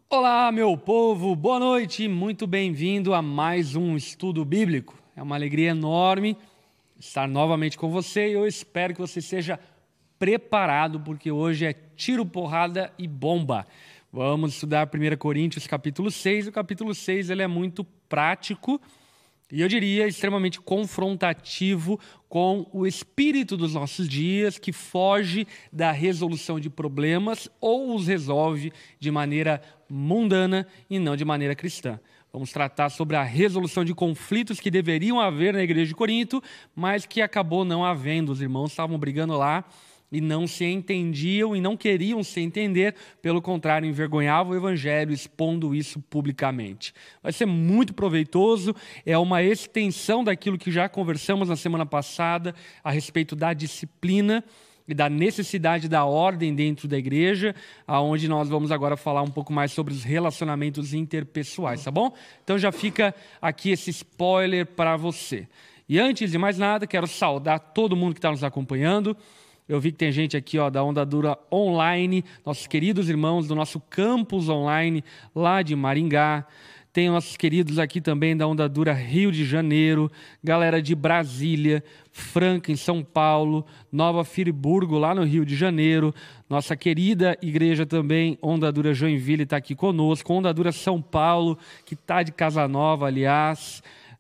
Olá, meu povo, boa noite, muito bem-vindo a mais um estudo bíblico. É uma alegria enorme estar novamente com você e eu espero que você seja preparado, porque hoje é tiro, porrada e bomba. Vamos estudar 1 Coríntios capítulo 6. O capítulo 6 ele é muito prático e eu diria extremamente confrontativo com o espírito dos nossos dias, que foge da resolução de problemas ou os resolve de maneira mundana e não de maneira cristã. Vamos tratar sobre a resolução de conflitos que deveriam haver na igreja de Corinto, mas que acabou não havendo. Os irmãos estavam brigando lá e não se entendiam e não queriam se entender, pelo contrário, envergonhavam o evangelho expondo isso publicamente. Vai ser muito proveitoso, é uma extensão daquilo que já conversamos na semana passada a respeito da disciplina e da necessidade da ordem dentro da igreja, aonde nós vamos agora falar um pouco mais sobre os relacionamentos interpessoais, tá bom? Então já fica aqui esse spoiler para você. E antes de mais nada, quero saudar todo mundo que está nos acompanhando. Eu vi que tem gente aqui da Onda Dura Online, nossos queridos irmãos do nosso campus online lá de Maringá. Tem nossos queridos aqui também da Onda Dura Rio de Janeiro, galera de Brasília, Franca em São Paulo, Nova Friburgo lá no Rio de Janeiro. Nossa querida igreja também, Onda Dura Joinville, está aqui conosco. Onda Dura São Paulo, que está de Casa Nova, aliás.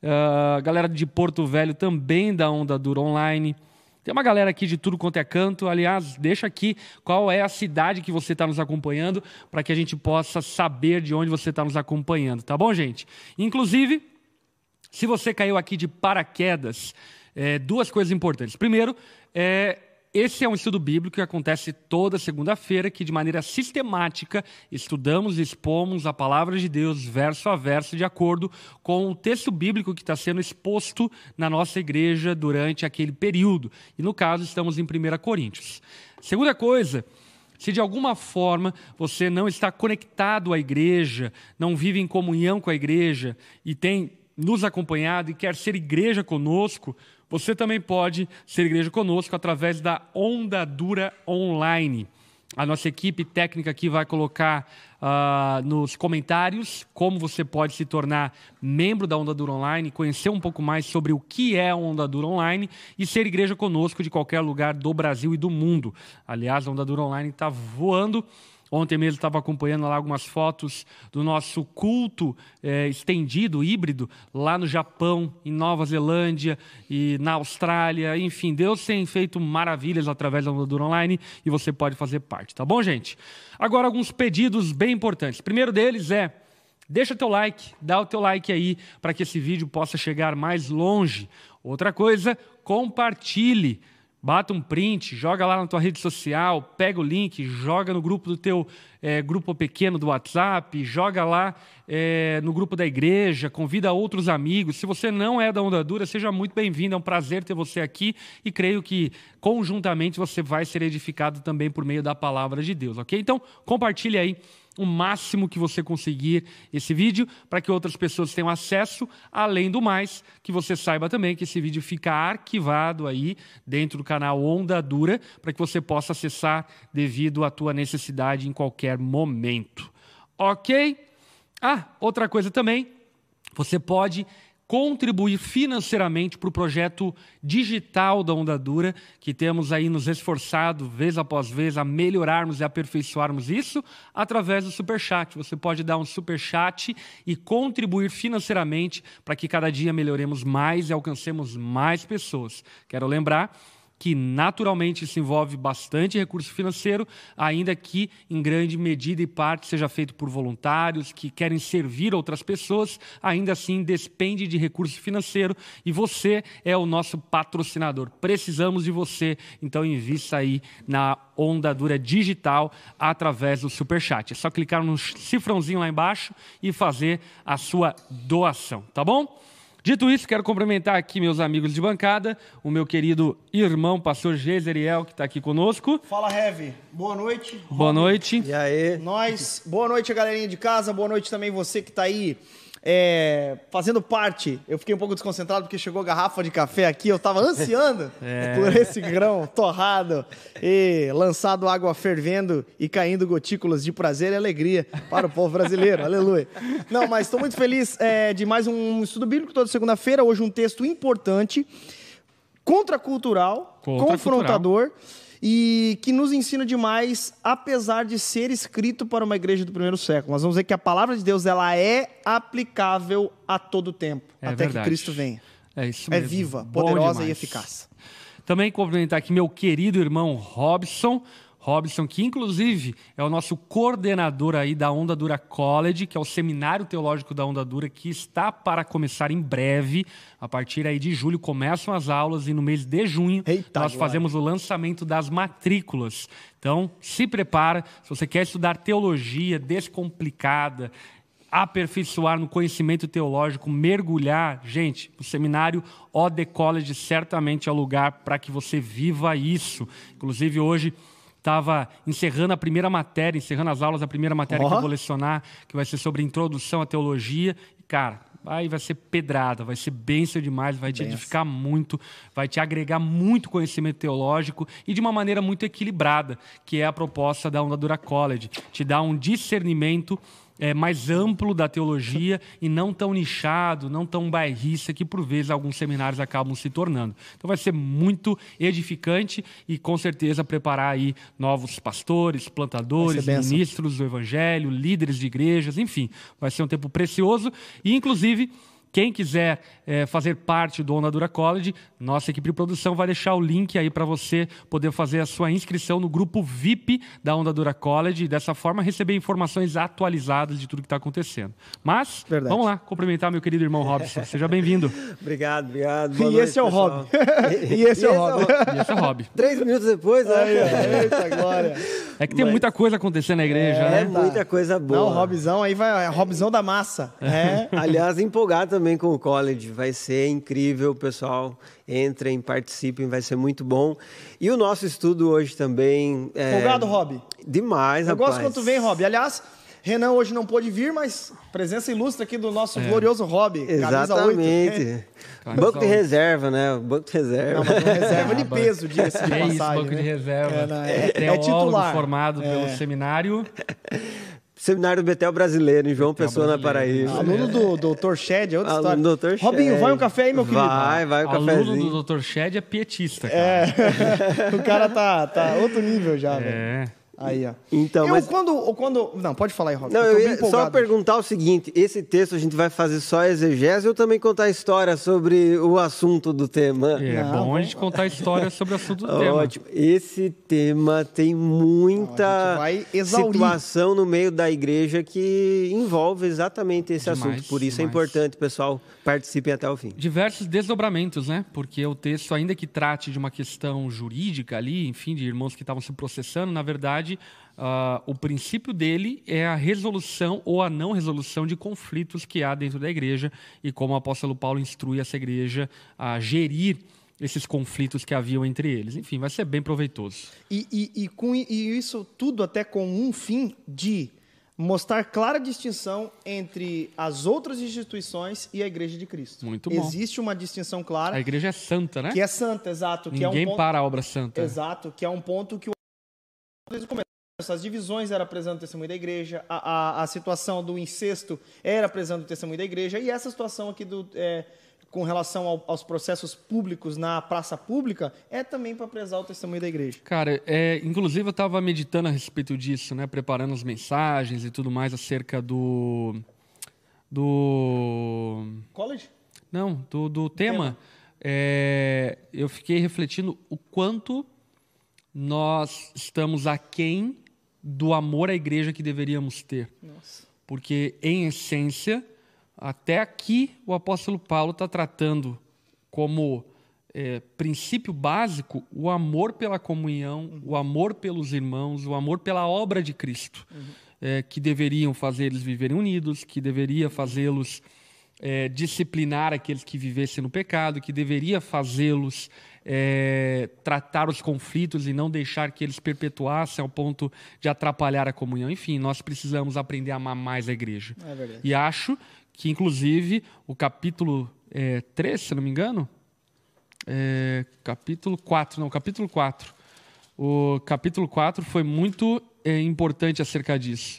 Galera de Porto Velho também da Onda Dura Online. Tem uma galera aqui de tudo quanto é canto. Aliás, deixa aqui qual é a cidade que você está nos acompanhando para que a gente possa saber de onde você está nos acompanhando, tá bom, gente? Inclusive, se você caiu aqui de paraquedas, duas coisas importantes. Primeiro, esse é um estudo bíblico que acontece toda segunda-feira, que de maneira sistemática estudamos e expomos a palavra de Deus verso a verso, de acordo com o texto bíblico que está sendo exposto na nossa igreja durante aquele período. E no caso, estamos em 1 Coríntios. Segunda coisa, se de alguma forma você não está conectado à igreja, não vive em comunhão com a igreja e tem nos acompanhado e quer ser igreja conosco, você também pode ser igreja conosco através da Onda Dura Online. A nossa equipe técnica aqui vai colocar nos comentários como você pode se tornar membro da Onda Dura Online, conhecer um pouco mais sobre o que é a Onda Dura Online e ser igreja conosco de qualquer lugar do Brasil e do mundo. Aliás, a Onda Dura Online está voando. Ontem mesmo estava acompanhando lá algumas fotos do nosso culto estendido, híbrido, lá no Japão, em Nova Zelândia e na Austrália. Enfim, Deus tem feito maravilhas através da Onda Dura Online e você pode fazer parte, tá bom, gente? Agora, alguns pedidos bem importantes. O primeiro deles deixa teu like, dá o teu like aí para que esse vídeo possa chegar mais longe. Outra coisa, compartilhe. Bata um print, joga lá na tua rede social, pega o link, joga no grupo do teu grupo pequeno do WhatsApp, joga lá no grupo da igreja, convida outros amigos. Se você não é da Onda Dura, seja muito bem-vindo, é um prazer ter você aqui e creio que conjuntamente você vai ser edificado também por meio da palavra de Deus, ok? Então, compartilhe aí o máximo que você conseguir esse vídeo para que outras pessoas tenham acesso, além do mais, que você saiba também que esse vídeo fica arquivado aí dentro do canal Onda Dura para que você possa acessar devido à tua necessidade em qualquer momento. Ok? Outra coisa também, você pode contribuir financeiramente para o projeto digital da Onda Dura, que temos aí nos esforçado, vez após vez, a melhorarmos e aperfeiçoarmos isso, através do Superchat. Você pode dar um Superchat e contribuir financeiramente para que cada dia melhoremos mais e alcancemos mais pessoas. Quero lembrar que naturalmente isso envolve bastante recurso financeiro, ainda que em grande medida e parte seja feito por voluntários que querem servir outras pessoas, ainda assim despende de recurso financeiro e você é o nosso patrocinador. Precisamos de você, então invista aí na Onda Dura Digital através do Superchat. É só clicar no cifrãozinho lá embaixo e fazer a sua doação, tá bom? Dito isso, quero cumprimentar aqui meus amigos de bancada, o meu querido irmão, pastor Gezeriel, que está aqui conosco. Fala, Heavy. Boa noite. Boa noite. E aí? Boa noite, a galerinha de casa. Boa noite também você que está aí fazendo parte. Eu fiquei um pouco desconcentrado porque chegou a garrafa de café aqui, eu estava ansiando por esse grão torrado e lançado água fervendo e caindo gotículas de prazer e alegria para o povo brasileiro. Aleluia. Não, mas estou muito feliz de mais um estudo bíblico toda segunda-feira. Hoje um texto importante, contracultural, confrontador e que nos ensina demais, apesar de ser escrito para uma igreja do primeiro século. Nós vamos ver que a palavra de Deus ela é aplicável a todo tempo, até que Cristo venha. É isso mesmo. É viva, poderosa e eficaz. Também cumprimentar aqui meu querido irmão Robson, que inclusive é o nosso coordenador aí da Onda Dura College, que é o seminário teológico da Onda Dura, que está para começar em breve. A partir aí de julho começam as aulas e no mês de junho nós fazemos o lançamento das matrículas. Então, se prepara, se você quer estudar teologia descomplicada, aperfeiçoar no conhecimento teológico, mergulhar, gente, o seminário OD College certamente é o lugar para que você viva isso. Inclusive hoje estava encerrando as aulas da primeira matéria que eu vou lecionar, que vai ser sobre introdução à teologia. E, cara, vai ser pedrada, vai ser bênção demais, vai te edificar muito, vai te agregar muito conhecimento teológico e de uma maneira muito equilibrada, que é a proposta da Onda Dura College. Te dá um discernimento mais amplo da teologia e não tão nichado, não tão bairrista que por vezes alguns seminários acabam se tornando. Então vai ser muito edificante e com certeza preparar aí novos pastores, plantadores, ministros do evangelho, líderes de igrejas, enfim, vai ser um tempo precioso e inclusive quem quiser fazer parte do Onda Dura College, nossa equipe de produção vai deixar o link aí para você poder fazer a sua inscrição no grupo VIP da Onda Dura College e dessa forma receber informações atualizadas de tudo que está acontecendo. Mas, vamos lá, cumprimentar meu querido irmão Robson. Seja bem-vindo. Obrigado. Boa noite, esse é o Rob. E esse é o Rob. 3 minutos depois, né? Eita, glória. É que tem muita coisa acontecendo na igreja, né? É muita coisa boa. Não, o Robzão aí vai, Robzão da massa. Aliás, empolgado também com o college, vai ser incrível, pessoal. Entrem, participem, vai ser muito bom. E o nosso estudo hoje também... Empolgado, Rob? Demais, rapaz. Eu gosto quando tu vem, Rob. Aliás, Renan hoje não pôde vir, mas presença ilustre aqui do nosso glorioso Rob. Exatamente. Banco de reserva, né? Banco de reserva. Não, mas reserva de peso, diga-se de passagem. Isso, banco de reserva. É titular. Formado pelo seminário... Seminário do Betel Brasileiro, em João Pessoa, na Paraíba. Aluno do Dr. Shed, é outra história. Dr. Robinho, vai um café aí, meu querido? Vai um cafezinho. Aluno do Dr. Shed é pietista, cara. O cara tá outro nível já, velho. Aí, ó. Então, quando... Não, pode falar aí, Rob. Não, eu ia só perguntar o seguinte, esse texto a gente vai fazer só exegese ou também contar a história sobre o assunto do tema? Bom a gente contar a história sobre o assunto do tema. Ótimo. Esse tema tem muita situação no meio da igreja que envolve exatamente esse assunto. Por isso é importante, pessoal, participem até o fim. Diversos desdobramentos, né? Porque o texto, ainda que trate de uma questão jurídica ali, enfim, de irmãos que estavam se processando, na verdade, o princípio dele é a resolução ou a não resolução de conflitos que há dentro da igreja e como o apóstolo Paulo instrui essa igreja a gerir esses conflitos que haviam entre eles. Enfim, vai ser bem proveitoso. E isso tudo até com um fim de mostrar clara distinção entre as outras instituições e a Igreja de Cristo. Muito bom. Existe uma distinção clara. A igreja é santa, né? Que é santa, exato. Ninguém para a obra santa. Exato, que é um ponto que as divisões era apresentando o testemunho da igreja, a situação do incesto era apresentando o testemunho da igreja, e essa situação aqui com relação aos processos públicos na praça pública é também para prezar o testemunho da igreja. Cara, inclusive eu estava meditando a respeito disso, né, preparando as mensagens e tudo mais acerca do College? Não, do tema. Eu fiquei refletindo o quanto nós estamos aquém do amor à igreja que deveríamos ter. Nossa. Porque, em essência, até aqui o apóstolo Paulo está tratando como princípio básico o amor pela comunhão, o amor pelos irmãos, o amor pela obra de Cristo, que deveriam fazer eles viverem unidos, que deveria fazê-los disciplinar aqueles que vivessem no pecado, que deveria fazê-los tratar os conflitos e não deixar que eles perpetuassem ao ponto de atrapalhar a comunhão. Enfim, nós precisamos aprender a amar mais a igreja. É verdade. E acho que inclusive o capítulo 3, se não me engano, capítulo 4. O capítulo 4 foi muito importante acerca disso.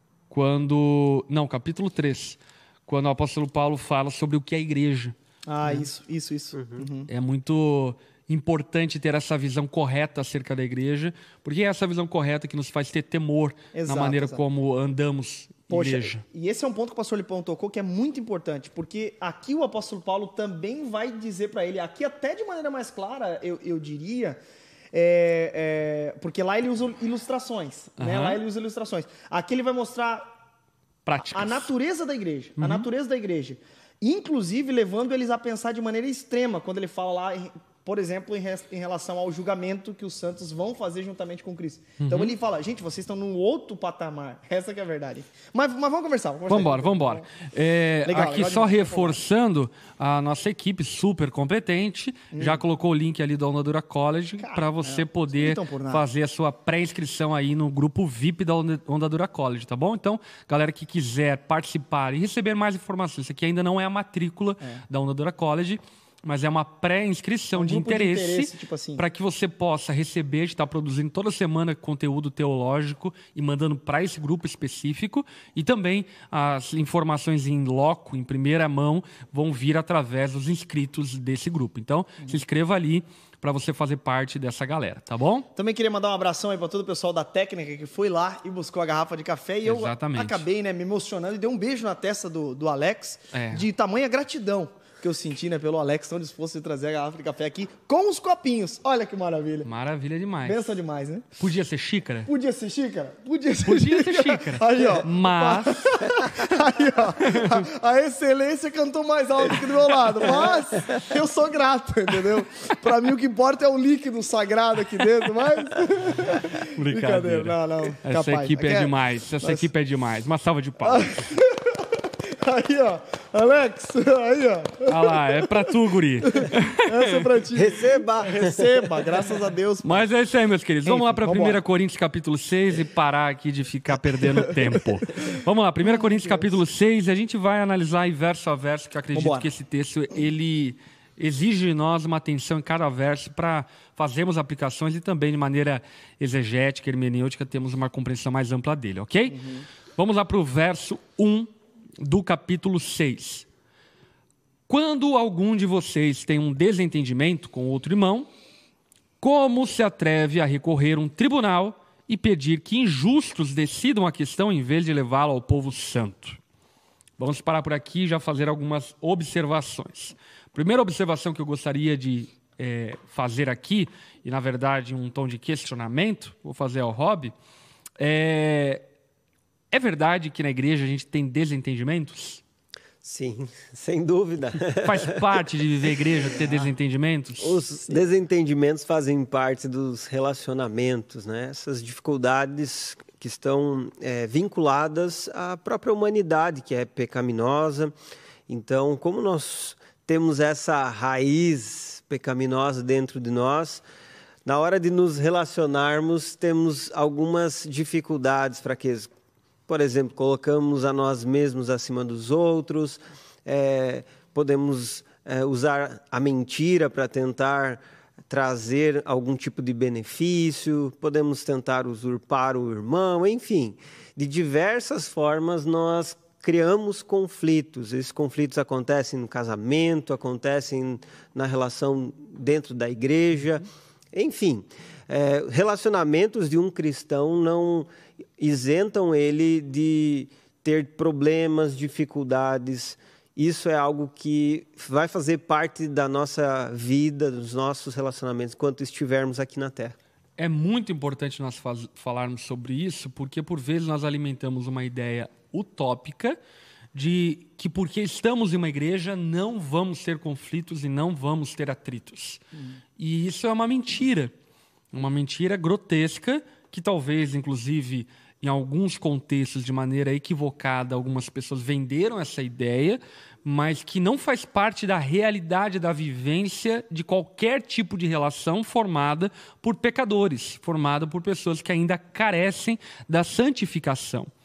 Capítulo 3, quando o apóstolo Paulo fala sobre o que é a igreja. Isso. Uhum. É muito importante ter essa visão correta acerca da igreja, porque é essa visão correta que nos faz ter temor na maneira como andamos igreja. E esse é um ponto que o pastor Lipão tocou, que é muito importante, porque aqui o apóstolo Paulo também vai dizer para ele, aqui até de maneira mais clara, eu diria, porque lá ele usa ilustrações, né? Lá ele usa ilustrações. Aqui ele vai mostrar práticas. A natureza da igreja, a natureza da igreja. Inclusive levando eles a pensar de maneira extrema, quando ele fala lá, por exemplo, em relação ao julgamento que os santos vão fazer juntamente com Cristo. Então ele fala, gente, vocês estão num outro patamar. Essa que é a verdade. Mas vamos conversar. Vamos embora. Aqui só reforçando, a nossa equipe super competente já colocou o link ali do Ondadura College para você poder fazer a sua pré-inscrição aí no grupo VIP da Ondadura College, tá bom? Então, galera que quiser participar e receber mais informações, isso aqui ainda não é a matrícula da Ondadura College, mas é uma pré-inscrição de interesse tipo assim, para que você possa receber, estar produzindo toda semana conteúdo teológico e mandando para esse grupo específico, e também as informações em loco, em primeira mão, vão vir através dos inscritos desse grupo. Então, se inscreva ali para você fazer parte dessa galera, tá bom? Também queria mandar um abração aí para todo o pessoal da técnica que foi lá e buscou a garrafa de café, e eu acabei me emocionando e dei um beijo na testa do Alex, de tamanha gratidão que eu senti, pelo Alex, tão disposto a trazer a garrafa de café aqui com os copinhos. Olha que maravilha. Maravilha demais. Benção demais, né? Podia ser xícara? Podia ser xícara. Podia ser xícara. Aí, ó. Mas... Aí, ó. A excelência cantou mais alto que do meu lado. Mas eu sou grato, entendeu? Pra mim o que importa é o líquido sagrado aqui dentro, mas... Brincadeira. Não. Essa equipe é demais. Equipe é demais. Uma salva de palmas. Aí, ó. Alex, aí, ó. Olha lá, é pra tu, guri. Essa é pra ti. Receba, graças a Deus. Mas é isso aí, meus queridos. Vamos lá para 1 Coríntios capítulo 6 e parar aqui de ficar perdendo tempo. Vamos lá, 1 Coríntios capítulo 6, a gente vai analisar aí verso a verso, que eu acredito que esse texto, ele exige de nós uma atenção em cada verso para fazermos aplicações e também de maneira exegética, hermenêutica, temos uma compreensão mais ampla dele, ok? Vamos lá para o verso 1 do capítulo 6. Quando algum de vocês tem um desentendimento com outro irmão, como se atreve a recorrer a um tribunal e pedir que injustos decidam a questão em vez de levá-la ao povo santo? Vamos parar por aqui e já fazer algumas observações. Primeira observação que eu gostaria de fazer aqui, e na verdade um tom de questionamento, vou fazer ao Rob, é verdade que na igreja a gente tem desentendimentos? Sim, sem dúvida. Faz parte de viver a igreja ter desentendimentos? Os desentendimentos fazem parte dos relacionamentos, né? Essas dificuldades que estão vinculadas à própria humanidade, que é pecaminosa. Então, como nós temos essa raiz pecaminosa dentro de nós, na hora de nos relacionarmos, temos algumas dificuldades, fraquezas. Por exemplo, colocamos a nós mesmos acima dos outros, podemos usar a mentira para tentar trazer algum tipo de benefício, podemos tentar usurpar o irmão, enfim. De diversas formas nós criamos conflitos. Esses conflitos acontecem no casamento, acontecem na relação dentro da igreja, enfim. Relacionamentos de um cristão não isentam ele de ter problemas, dificuldades. Isso é algo que vai fazer parte da nossa vida, dos nossos relacionamentos, enquanto estivermos aqui na Terra. É muito importante nós falarmos sobre isso, porque por vezes nós alimentamos uma ideia utópica de que porque estamos em uma igreja não vamos ter conflitos e não vamos ter atritos. E isso é uma mentira grotesca, que talvez, inclusive, em alguns contextos, de maneira equivocada, algumas pessoas venderam essa ideia, mas que não faz parte da realidade da vivência de qualquer tipo de relação formada por pecadores, formada por pessoas que ainda carecem da santificação.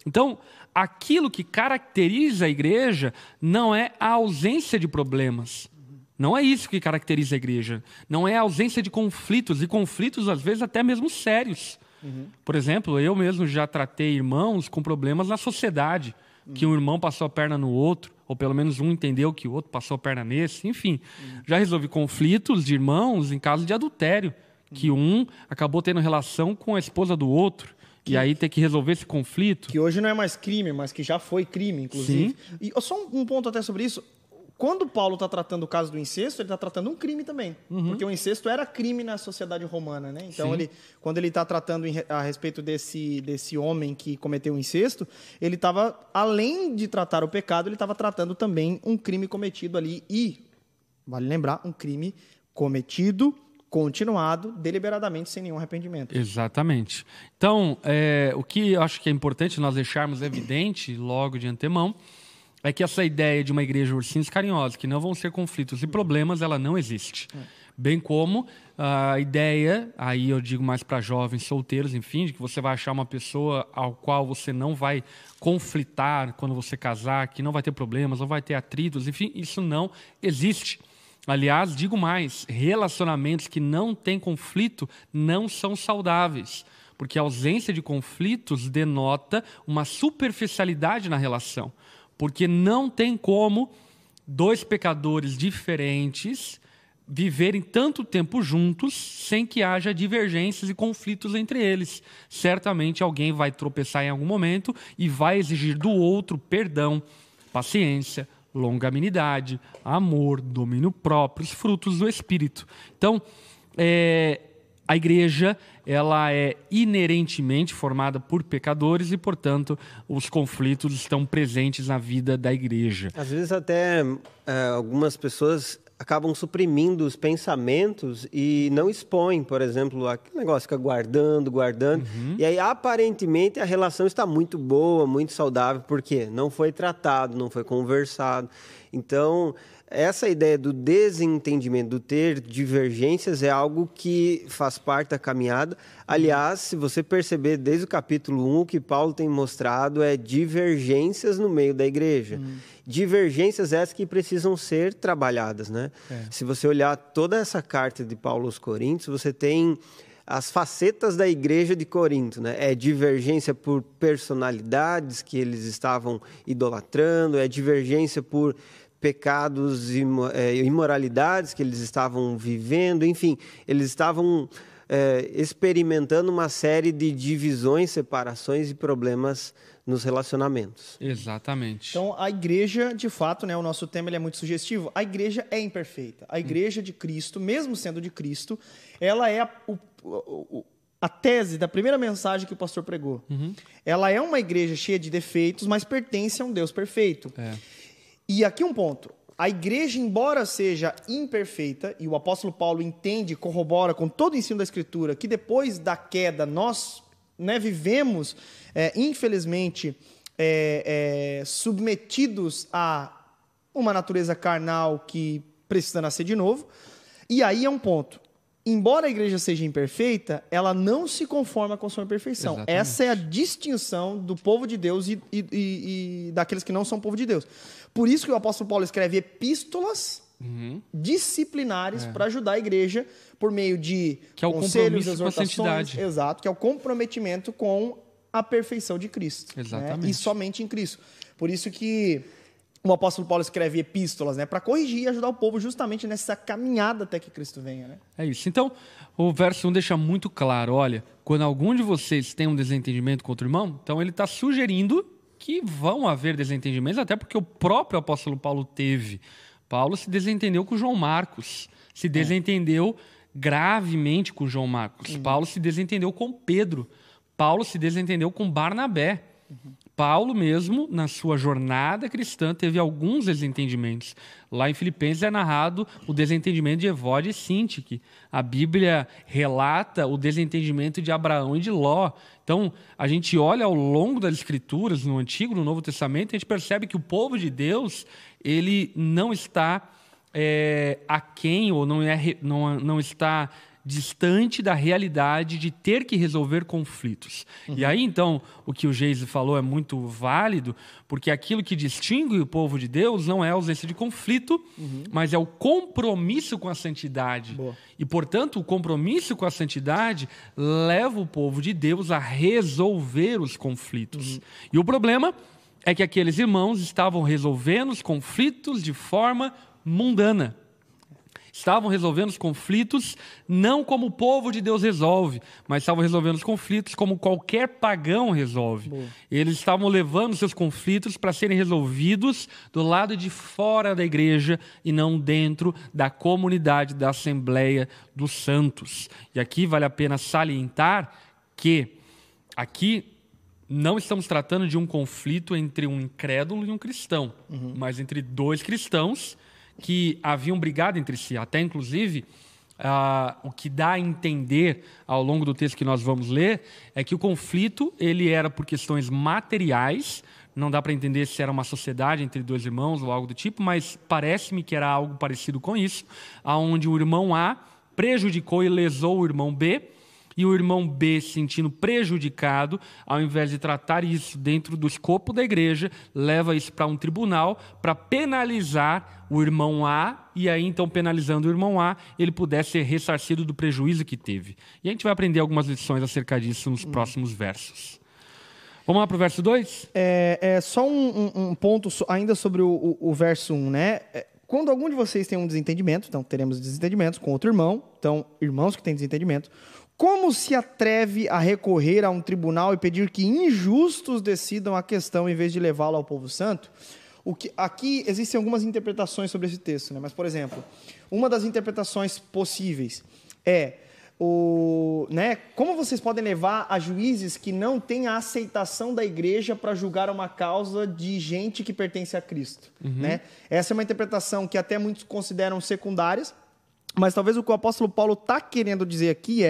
Então, aquilo que caracteriza a igreja não é a ausência de problemas. Não é isso que caracteriza a igreja. Não é a ausência de conflitos, e conflitos, às vezes, até mesmo sérios. Por exemplo, eu mesmo já tratei irmãos com problemas na sociedade, que um irmão passou a perna no outro, ou pelo menos um entendeu que o outro passou a perna nesse, enfim. Já resolvi conflitos de irmãos em caso de adultério, que um acabou tendo relação com a esposa do outro, e aí ter que resolver esse conflito. Que hoje não é mais crime, mas que já foi crime, inclusive. Sim. E só um ponto até sobre isso. Quando Paulo está tratando o caso do incesto, ele está tratando um crime também. Porque o incesto era crime na sociedade romana, né? Então, quando ele está tratando a respeito desse homem que cometeu o incesto, ele estava, além de tratar o pecado, ele estava tratando também um crime cometido ali. E, vale lembrar, um crime cometido, continuado, deliberadamente, sem nenhum arrependimento. Exatamente. Então, o que eu acho que é importante nós deixarmos evidente logo de antemão é que essa ideia de uma igreja ursinhos carinhosos, que não vão ser conflitos e problemas, ela não existe. Bem como a ideia, aí eu digo mais para jovens solteiros, enfim, de que você vai achar uma pessoa ao qual você não vai conflitar quando você casar, que não vai ter problemas, não vai ter atritos, enfim, isso não existe. Aliás, digo mais, relacionamentos que não têm conflito não são saudáveis, porque a ausência de conflitos denota uma superficialidade na relação. Porque não tem como dois pecadores diferentes viverem tanto tempo juntos sem que haja divergências e conflitos entre eles. Certamente alguém vai tropeçar em algum momento e vai exigir do outro perdão, paciência, longanimidade, amor, domínio próprio, os frutos do Espírito. Então, a igreja, ela é inerentemente formada por pecadores e, portanto, os conflitos estão presentes na vida da igreja. Às vezes até algumas pessoas acabam suprimindo os pensamentos e não expõem, por exemplo, aquele negócio fica guardando, e aí aparentemente a relação está muito boa, muito saudável, porque não foi tratado, não foi conversado. Então, essa ideia do desentendimento, do ter divergências, é algo que faz parte da caminhada. Aliás, se você perceber desde o capítulo 1, o que Paulo tem mostrado é divergências no meio da igreja. Divergências essas que precisam ser trabalhadas, né? Se você olhar toda essa carta de Paulo aos Coríntios, você tem as facetas da igreja de Corinto, né? É divergência por personalidades que eles estavam idolatrando, é divergência por pecados e imoralidades que eles estavam vivendo, enfim, eles estavam experimentando uma série de divisões, separações e problemas nos relacionamentos. Exatamente. Então, a igreja, de fato, né, o nosso tema ele é muito sugestivo, a igreja é imperfeita. A igreja de Cristo, mesmo sendo de Cristo, ela é a tese da primeira mensagem que o pastor pregou. Ela é uma igreja cheia de defeitos, mas pertence a um Deus perfeito. E aqui um ponto. A igreja, embora seja imperfeita, e o apóstolo Paulo entende, corrobora com todo o ensino da Escritura, que depois da queda nós vivemos, infelizmente, submetidos a uma natureza carnal que precisa nascer de novo. E aí é um ponto. Embora a igreja seja imperfeita, ela não se conforma com sua imperfeição. Exatamente. Essa é a distinção do povo de Deus e daqueles que não são povo de Deus. Por isso que o apóstolo Paulo escreve epístolas disciplinares para ajudar a igreja por meio de que é o conselhos, compromisso com a santidade. Exato, que é o comprometimento com a perfeição de Cristo. Exatamente. Né? E somente em Cristo. Por isso que o apóstolo Paulo escreve epístolas, né, para corrigir e ajudar o povo justamente nessa caminhada até que Cristo venha. Né? É isso. Então, o verso 1 deixa muito claro, olha, quando algum de vocês tem um desentendimento com outro irmão, então ele está sugerindo que vão haver desentendimentos, até porque o próprio apóstolo Paulo teve. Paulo se desentendeu com João Marcos, se desentendeu gravemente com João Marcos. Paulo se desentendeu com Pedro. Paulo se desentendeu com Barnabé. Paulo mesmo, na sua jornada cristã, teve alguns desentendimentos. Lá em Filipenses é narrado o desentendimento de Evode e Sintique. A Bíblia relata o desentendimento de Abraão e de Ló. Então, a gente olha ao longo das Escrituras, no Antigo e no Novo Testamento, a gente percebe que o povo de Deus, ele não está aquém ou não está distante da realidade de ter que resolver conflitos. E aí, então, o que o Geise falou é muito válido, porque aquilo que distingue o povo de Deus não é a ausência de conflito, mas é o compromisso com a santidade. Boa. E, portanto, o compromisso com a santidade leva o povo de Deus a resolver os conflitos. E o problema é que aqueles irmãos estavam resolvendo os conflitos de forma mundana. Estavam resolvendo os conflitos não como o povo de Deus resolve, mas estavam resolvendo os conflitos como qualquer pagão resolve. Boa. Eles estavam levando seus conflitos para serem resolvidos do lado de fora da igreja e não dentro da comunidade da Assembleia dos Santos. E aqui vale a pena salientar que aqui não estamos tratando de um conflito entre um incrédulo e um cristão, mas entre dois cristãos que haviam brigado entre si. Até, inclusive, o que dá a entender ao longo do texto que nós vamos ler é que o conflito ele era por questões materiais. Não dá para entender se era uma sociedade entre dois irmãos ou algo do tipo, mas parece-me que era algo parecido com isso, onde o irmão A prejudicou e lesou o irmão B, e o irmão B, se sentindo prejudicado, ao invés de tratar isso dentro do escopo da igreja, leva isso para um tribunal para penalizar o irmão A, e aí, então, penalizando o irmão A, ele puder ser ressarcido do prejuízo que teve. E a gente vai aprender algumas lições acerca disso nos próximos versos. Vamos lá para o verso 2? Só um ponto ainda sobre o verso 1, né? Quando algum de vocês tem um desentendimento, então teremos desentendimentos com outro irmão, então irmãos que têm desentendimento, como se atreve a recorrer a um tribunal e pedir que injustos decidam a questão em vez de levá-lo ao povo santo? Aqui existem algumas interpretações sobre esse texto, né? Mas, por exemplo, uma das interpretações possíveis é como vocês podem levar a juízes que não têm a aceitação da igreja para julgar uma causa de gente que pertence a Cristo? Né? Essa é uma interpretação que até muitos consideram secundárias, mas talvez o que o apóstolo Paulo está querendo dizer aqui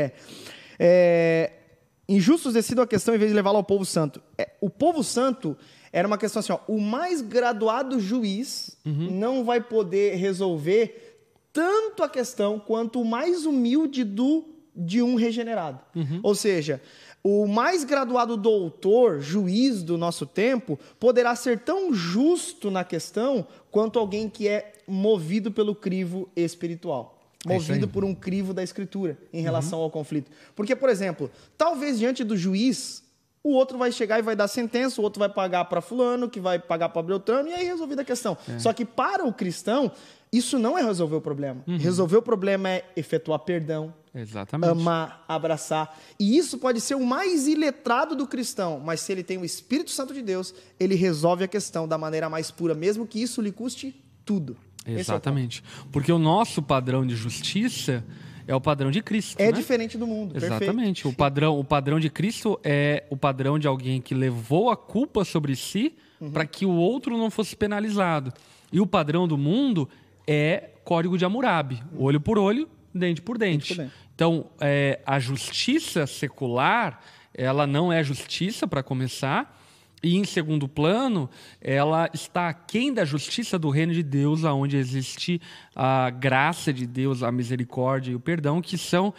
injustos decidam a questão em vez de levá-lo ao povo santo. O povo santo era uma questão assim, o mais graduado juiz não vai poder resolver tanto a questão quanto o mais humilde de um regenerado. Ou seja, o mais graduado doutor, juiz do nosso tempo, poderá ser tão justo na questão quanto alguém que é movido pelo crivo espiritual. Movido por um crivo da Escritura em relação ao conflito. Porque, por exemplo, talvez diante do juiz, o outro vai chegar e vai dar sentença, o outro vai pagar para fulano, que vai pagar para Beltrano, e aí resolvida a questão. Só que para o cristão, isso não é resolver o problema. Resolver o problema é efetuar perdão, amar, abraçar. E isso pode ser o mais iletrado do cristão, mas se ele tem o Espírito Santo de Deus, ele resolve a questão da maneira mais pura, mesmo que isso lhe custe tudo. Exatamente. Porque o nosso padrão de justiça é o padrão de Cristo. É diferente do mundo. Exatamente. Perfeito. O padrão de Cristo é o padrão de alguém que levou a culpa sobre si para que o outro não fosse penalizado. E o padrão do mundo é código de Hammurabi. Olho por olho, dente por dente. Então, a justiça secular, ela não é justiça, para começar. E, em segundo plano, ela está aquém da justiça do reino de Deus, onde existe a graça de Deus, a misericórdia e o perdão, que são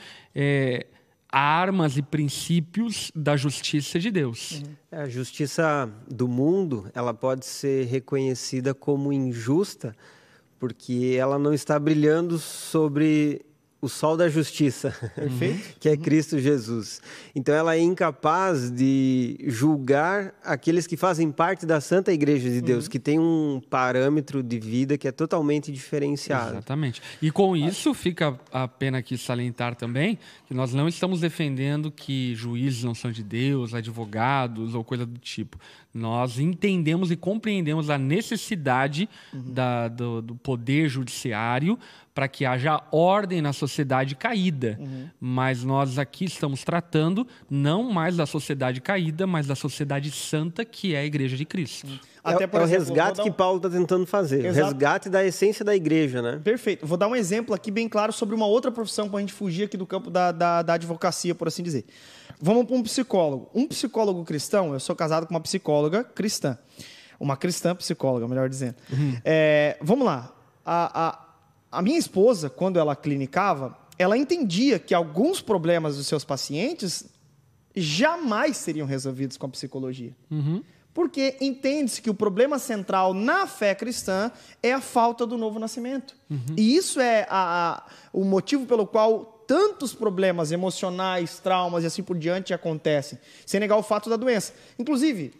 armas e princípios da justiça de Deus. A justiça do mundo, ela pode ser reconhecida como injusta, porque ela não está brilhando sobre o sol da justiça, que é Cristo Jesus. Então, ela é incapaz de julgar aqueles que fazem parte da Santa Igreja de Deus, que tem um parâmetro de vida que é totalmente diferenciado. Exatamente. E com isso, fica a pena aqui salientar também que nós não estamos defendendo que juízes não são de Deus, advogados ou coisa do tipo. Nós entendemos e compreendemos a necessidade do poder judiciário para que haja ordem na sociedade caída. Mas nós aqui estamos tratando não mais da sociedade caída, mas da sociedade santa, que é a Igreja de Cristo. Até por exemplo, o resgate que Paulo está tentando fazer. Exato. O resgate da essência da igreja, né? Perfeito. Vou dar um exemplo aqui bem claro sobre uma outra profissão para a gente fugir aqui do campo da advocacia, por assim dizer. Vamos para um psicólogo. Um psicólogo cristão, eu sou casado com uma psicóloga cristã. Uma cristã psicóloga, melhor dizendo. Vamos lá. A minha esposa, quando ela clinicava, ela entendia que alguns problemas dos seus pacientes jamais seriam resolvidos com a psicologia. Porque entende-se que o problema central na fé cristã é a falta do novo nascimento. E isso é o motivo pelo qual tantos problemas emocionais, traumas e assim por diante acontecem, sem negar o fato da doença. Inclusive,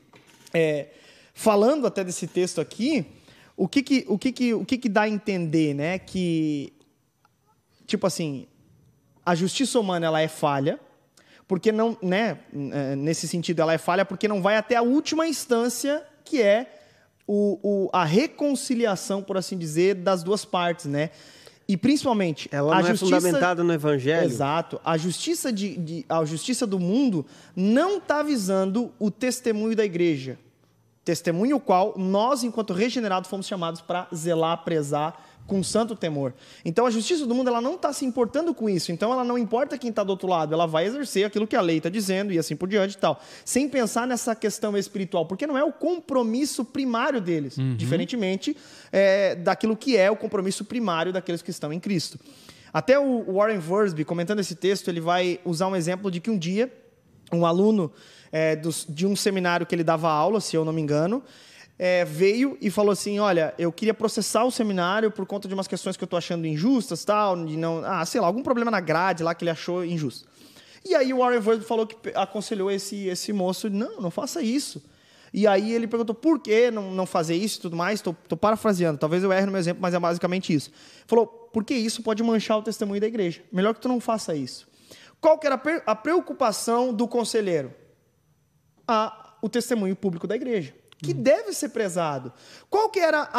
falando até desse texto aqui, o que dá a entender, né? Que, tipo assim, a justiça humana ela é falha, porque não, né? Nesse sentido, ela é falha porque não vai até a última instância, que é a reconciliação, por assim dizer, das duas partes, né? E principalmente ela não é fundamentada no Evangelho. Exato. A justiça a justiça do mundo não está visando o testemunho da igreja. Testemunho o qual nós, enquanto regenerados, fomos chamados para zelar, prezar com santo temor. Então, a justiça do mundo ela não está se importando com isso. Então, ela não importa quem está do outro lado. Ela vai exercer aquilo que a lei está dizendo e assim por diante e tal. Sem pensar nessa questão espiritual. Porque não é o compromisso primário deles. Diferentemente daquilo que é o compromisso primário daqueles que estão em Cristo. Até o Warren Wiersbe, comentando esse texto, ele vai usar um exemplo de que um dia, um aluno de um seminário que ele dava aula, se eu não me engano, veio e falou assim, olha, eu queria processar o seminário por conta de umas questões que eu estou achando injustas, tal, de não, sei lá, algum problema na grade lá que ele achou injusto. E aí o Warren Wiersbe falou que aconselhou esse moço, não faça isso. E aí ele perguntou por que não fazer isso e tudo mais, estou parafraseando, talvez eu erre no meu exemplo, mas é basicamente isso. Falou, porque isso pode manchar o testemunho da igreja, melhor que tu não faça isso. Qual que era a preocupação do conselheiro? O testemunho público da igreja, que deve ser prezado. Qual que era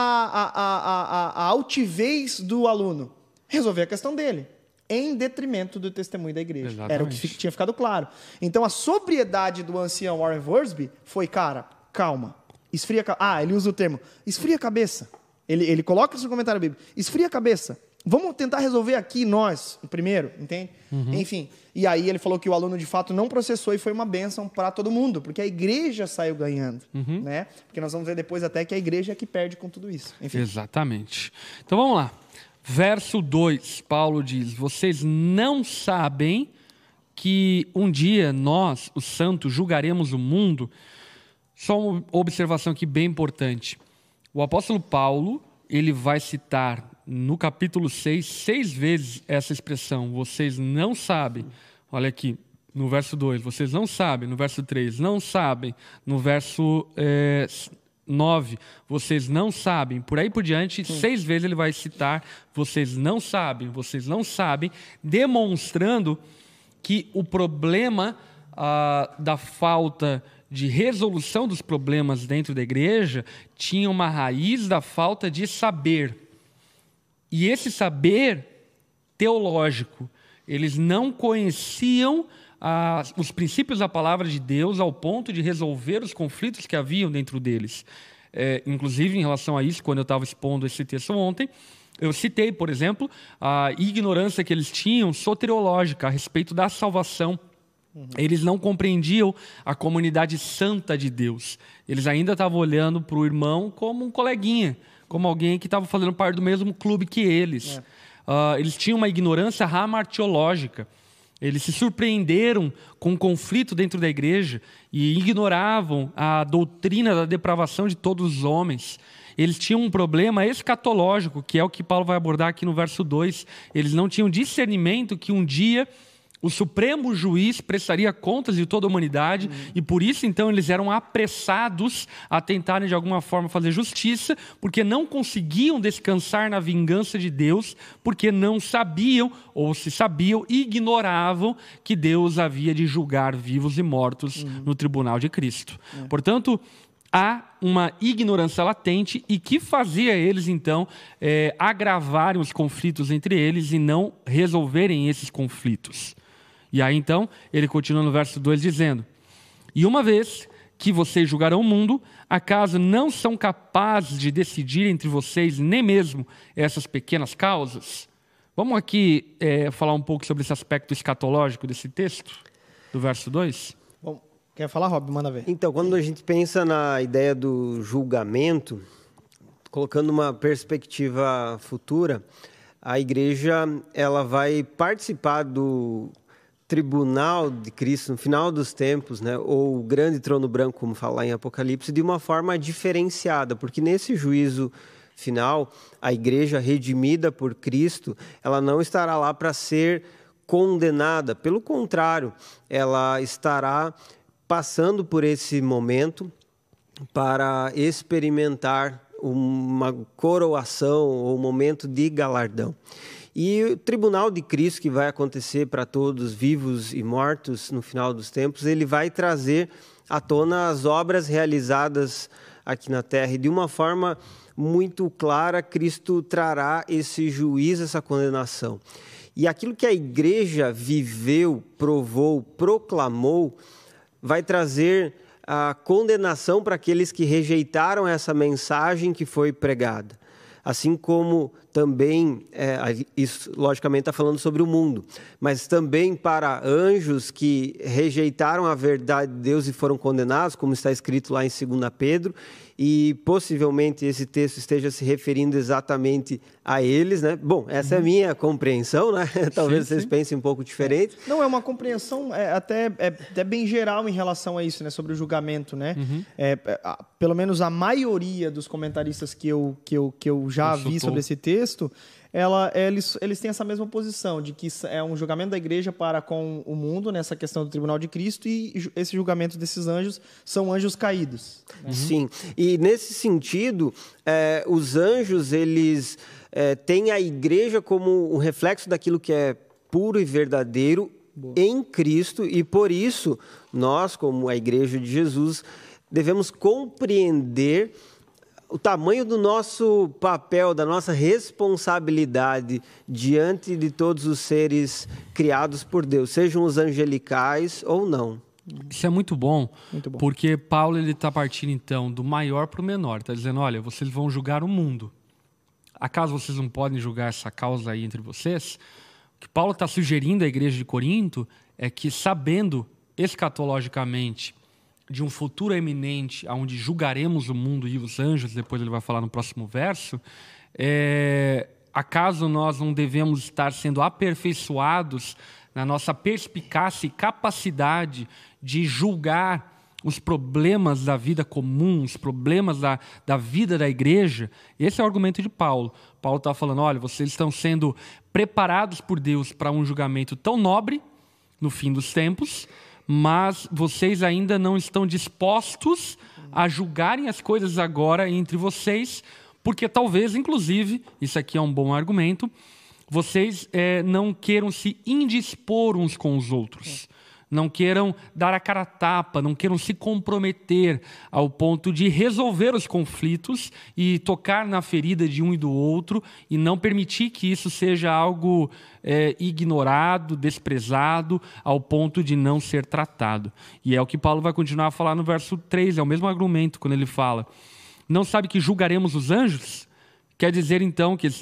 a altivez do aluno? Resolver a questão dele, em detrimento do testemunho da igreja. Exatamente. Era o que tinha ficado claro. Então, a sobriedade do ancião Warren Wiersbe foi, cara, calma, esfria a cabeça. Ele usa o termo, esfria a cabeça. Ele coloca isso no comentário bíblico, esfria a cabeça. Vamos tentar resolver aqui nós, primeiro, entende? Enfim, e aí ele falou que o aluno de fato não processou e foi uma bênção para todo mundo, porque a igreja saiu ganhando, né? Porque nós vamos ver depois até que a igreja é que perde com tudo isso. Enfim. Exatamente. Então vamos lá. Verso 2, Paulo diz, vocês não sabem que um dia nós, os santos, julgaremos o mundo? Só uma observação aqui bem importante. O apóstolo Paulo, ele vai citar no capítulo 6 vezes essa expressão, vocês não sabem. Olha aqui, no verso 2, vocês não sabem. No verso 3, não sabem. No verso 9, vocês não sabem. Por aí por diante, 6 vezes ele vai citar, vocês não sabem, demonstrando que o problema da falta de resolução dos problemas dentro da igreja tinha uma raiz da falta de saber. E esse saber teológico, eles não conheciam os princípios da palavra de Deus ao ponto de resolver os conflitos que haviam dentro deles. Inclusive, em relação a isso, quando eu estava expondo esse texto ontem, eu citei, por exemplo, a ignorância que eles tinham soteriológica a respeito da salvação. Eles não compreendiam a comunidade santa de Deus. Eles ainda estavam olhando para o irmão como um coleguinha, como alguém que estava fazendo parte do mesmo clube que eles. Eles tinham uma ignorância hamartiológica. Eles se surpreenderam com um conflito dentro da igreja e ignoravam a doutrina da depravação de todos os homens. Eles tinham um problema escatológico, que é o que Paulo vai abordar aqui no verso 2. Eles não tinham discernimento que um dia o supremo juiz prestaria contas de toda a humanidade e por isso, então, eles eram apressados a tentarem, de alguma forma, fazer justiça, porque não conseguiam descansar na vingança de Deus, porque não sabiam, ou se sabiam, ignoravam que Deus havia de julgar vivos e mortos no tribunal de Cristo. Portanto, há uma ignorância latente e que fazia eles, então, agravarem os conflitos entre eles e não resolverem esses conflitos. E aí, então, ele continua no verso 2 dizendo, e uma vez que vocês julgarão o mundo, acaso não são capazes de decidir entre vocês nem mesmo essas pequenas causas? Vamos aqui falar um pouco sobre esse aspecto escatológico desse texto, do verso 2? Bom, quer falar, Rob? Manda ver. Então, quando a gente pensa na ideia do julgamento, colocando uma perspectiva futura, a igreja ela vai participar do tribunal de Cristo no final dos tempos, né, ou o grande trono branco, como fala lá em Apocalipse, de uma forma diferenciada, porque nesse juízo final, a igreja redimida por Cristo, ela não estará lá para ser condenada, pelo contrário, ela estará passando por esse momento para experimentar uma coroação ou um momento de galardão. E o tribunal de Cristo, que vai acontecer para todos, vivos e mortos, no final dos tempos, ele vai trazer à tona as obras realizadas aqui na terra. E de uma forma muito clara, Cristo trará esse juízo, essa condenação. E aquilo que a igreja viveu, provou, proclamou, vai trazer a condenação para aqueles que rejeitaram essa mensagem que foi pregada. Assim como também, isso logicamente está falando sobre o mundo, mas também para anjos que rejeitaram a verdade de Deus e foram condenados, como está escrito lá em 2 Pedro, e possivelmente esse texto esteja se referindo exatamente a eles, né? Bom, essa é a minha compreensão, né? Talvez vocês pensem um pouco diferente. Não, é uma compreensão até bem geral em relação a isso, né? Sobre o julgamento, né? Pelo menos a maioria dos comentaristas que eu já vi sobre esse texto, eles têm essa mesma posição, de que é um julgamento da igreja para com o mundo, nessa questão do tribunal de Cristo, e esse julgamento desses anjos são anjos caídos. Sim, e nesse sentido, os anjos, eles têm a igreja como um reflexo daquilo que é puro e verdadeiro em Cristo, e por isso, nós, como a igreja de Jesus, devemos compreender o tamanho do nosso papel, da nossa responsabilidade diante de todos os seres criados por Deus, sejam os angelicais ou não. Isso é muito bom, porque Paulo está partindo então do maior para o menor. Está dizendo, olha, vocês vão julgar o mundo. Acaso vocês não podem julgar essa causa aí entre vocês? O que Paulo está sugerindo à igreja de Corinto é que, sabendo escatologicamente de um futuro eminente, onde julgaremos o mundo e os anjos, depois ele vai falar no próximo verso, acaso nós não devemos estar sendo aperfeiçoados na nossa perspicácia e capacidade de julgar os problemas da vida comum, os problemas da vida da igreja? Esse é o argumento de Paulo. Paulo está falando, olha, vocês estão sendo preparados por Deus para um julgamento tão nobre no fim dos tempos, mas vocês ainda não estão dispostos a julgarem as coisas agora entre vocês, porque talvez, inclusive, isso aqui é um bom argumento, vocês não queiram se indispor uns com os outros, não queiram dar a cara a tapa, não queiram se comprometer ao ponto de resolver os conflitos e tocar na ferida de um e do outro e não permitir que isso seja algo ignorado, desprezado, ao ponto de não ser tratado. E é o que Paulo vai continuar a falar no verso 3, é o mesmo argumento quando ele fala, não sabe que julgaremos os anjos? Quer dizer então que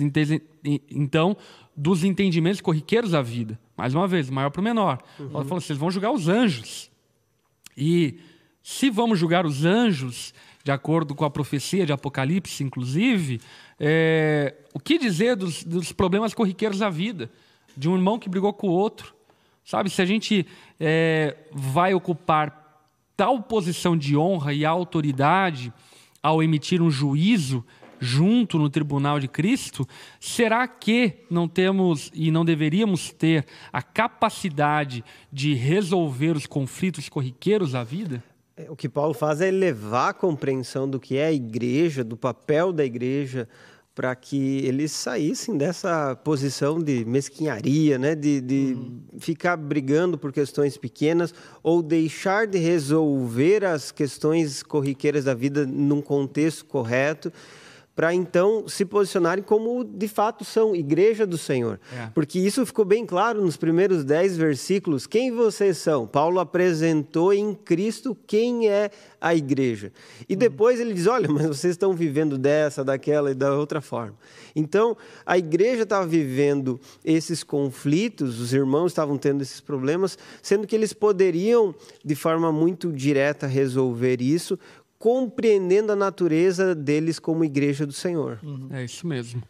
dos entendimentos corriqueiros da vida, mais uma vez, maior para o menor. Paulo falou, vocês vão julgar os anjos. E se vamos julgar os anjos, de acordo com a profecia de Apocalipse, inclusive, o que dizer dos problemas corriqueiros da vida? De um irmão que brigou com o outro. Sabe, se a gente vai ocupar tal posição de honra e autoridade ao emitir um juízo junto no tribunal de Cristo, será que não temos e não deveríamos ter a capacidade de resolver os conflitos corriqueiros da vida? O que Paulo faz é elevar a compreensão do que é a igreja, do papel da igreja, para que eles saíssem dessa posição de mesquinharia, né? de ficar brigando por questões pequenas ou deixar de resolver as questões corriqueiras da vida num contexto correto, para então se posicionarem como de fato são, igreja do Senhor. Porque isso ficou bem claro nos primeiros 10 versículos. Quem vocês são? Paulo apresentou em Cristo quem é a igreja. E depois ele diz, olha, mas vocês estão vivendo dessa, daquela e da outra forma. Então, a igreja estava vivendo esses conflitos, os irmãos estavam tendo esses problemas, sendo que eles poderiam, de forma muito direta, resolver isso, compreendendo a natureza deles como igreja do Senhor. É isso mesmo.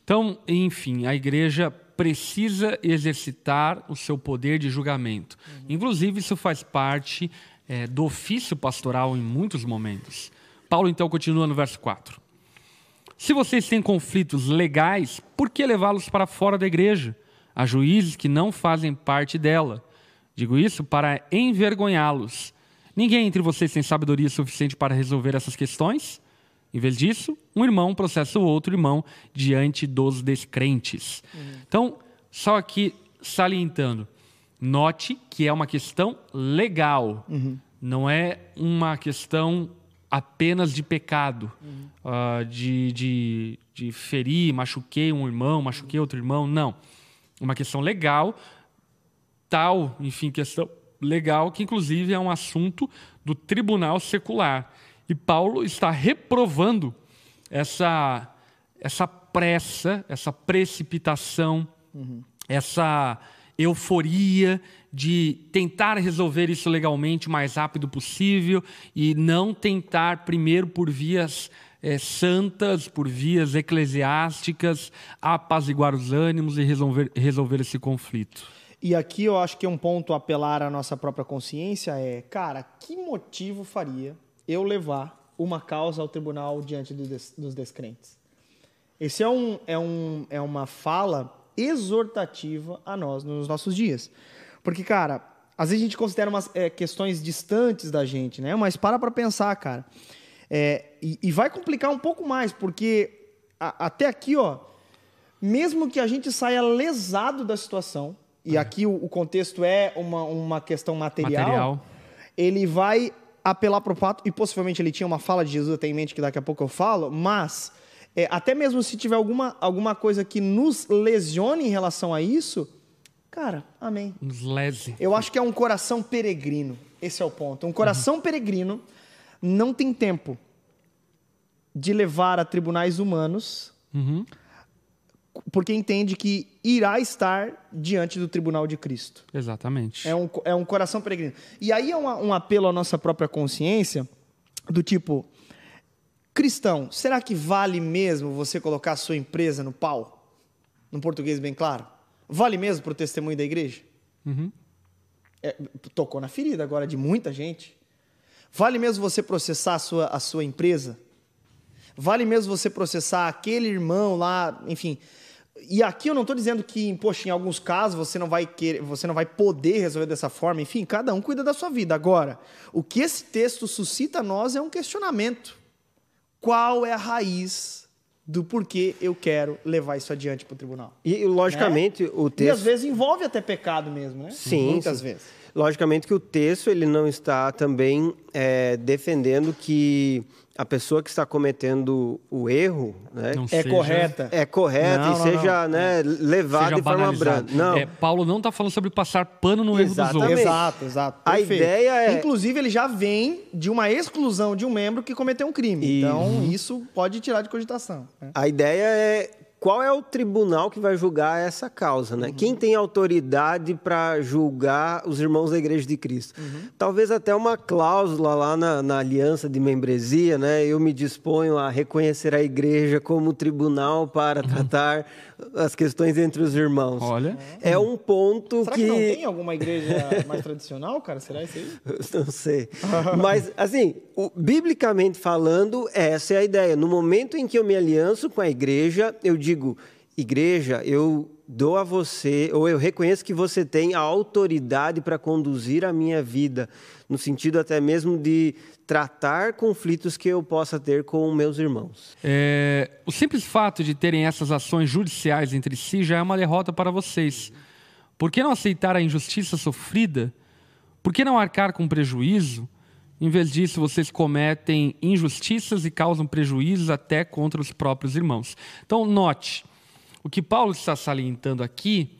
Então, enfim, a igreja precisa exercitar o seu poder de julgamento. Inclusive, isso faz parte do ofício pastoral em muitos momentos. Paulo, então, continua no verso 4. Se vocês têm conflitos legais, por que levá-los para fora da igreja? Há juízes que não fazem parte dela. Digo isso para envergonhá-los. Ninguém entre vocês tem sabedoria suficiente para resolver essas questões? Em vez disso, um irmão processa o outro irmão diante dos descrentes. Então, só aqui salientando, note que é uma questão legal, não é uma questão apenas de pecado, de ferir, machuquei um irmão, machuquei outro irmão, não. Uma questão legal, tal, enfim, questão legal, que inclusive é um assunto do tribunal secular. E Paulo está reprovando essa pressa, essa precipitação, essa euforia de tentar resolver isso legalmente o mais rápido possível e não tentar primeiro por vias santas, por vias eclesiásticas, apaziguar os ânimos e resolver esse conflito. E aqui eu acho que é um ponto a apelar à nossa própria consciência cara, que motivo faria eu levar uma causa ao tribunal diante dos descrentes? Esse é uma fala exortativa a nós nos nossos dias. Porque, cara, às vezes a gente considera umas questões distantes da gente, né? Mas para pensar, cara. E vai complicar um pouco mais, porque até aqui, mesmo que a gente saia lesado da situação, e aqui o contexto é uma questão material, ele vai apelar para o fato, e possivelmente ele tinha uma fala de Jesus até em mente, que daqui a pouco eu falo, mas até mesmo se tiver alguma coisa que nos lesione em relação a isso, cara, amém. Nos lese. Eu acho que é um coração peregrino, esse é o ponto. Um coração peregrino não tem tempo de levar a tribunais humanos, porque entende que irá estar diante do tribunal de Cristo. Exatamente. É um coração peregrino. E aí é um apelo à nossa própria consciência, do tipo, cristão, será que vale mesmo você colocar a sua empresa no pau? Num português bem claro. Vale mesmo para o testemunho da igreja? Tocou na ferida agora de muita gente. Vale mesmo você processar a sua empresa? Vale mesmo você processar aquele irmão lá, enfim. E aqui eu não estou dizendo que, poxa, em alguns casos você não vai poder resolver dessa forma. Enfim, cada um cuida da sua vida. Agora, o que esse texto suscita a nós é um questionamento. Qual é a raiz do porquê eu quero levar isso adiante para o tribunal? E, logicamente, né? o texto... E às vezes envolve até pecado mesmo, né? Sim. Muitas vezes. Logicamente que o texto ele não está também defendendo que a pessoa que está cometendo o erro, né, correta. É correta e seja né, levada de forma branda. Não. Paulo não está falando sobre passar pano no erro dos outros. Exato. A ideia é... Inclusive, ele já vem de uma exclusão de um membro que cometeu um crime. Então, isso pode tirar de cogitação. Né? A ideia é... Qual é o tribunal que vai julgar essa causa, né? Quem tem autoridade para julgar os irmãos da Igreja de Cristo? Talvez até uma cláusula lá na aliança de membresia, né? Eu me disponho a reconhecer a Igreja como tribunal para tratar as questões entre os irmãos. Olha. É um ponto Será que não tem alguma igreja mais tradicional, cara? Será isso aí? Não sei. Mas, assim, biblicamente falando, essa é a ideia. No momento em que eu me alianço com a igreja, eu digo, igreja, eu dou a você, ou eu reconheço que você tem a autoridade para conduzir a minha vida, no sentido até mesmo de tratar conflitos que eu possa ter com meus irmãos. O simples fato de terem essas ações judiciais entre si já é uma derrota para vocês. Por que não aceitar a injustiça sofrida? Por que não arcar com prejuízo? Em vez disso, vocês cometem injustiças e causam prejuízos até contra os próprios irmãos. Então, note, o que Paulo está salientando aqui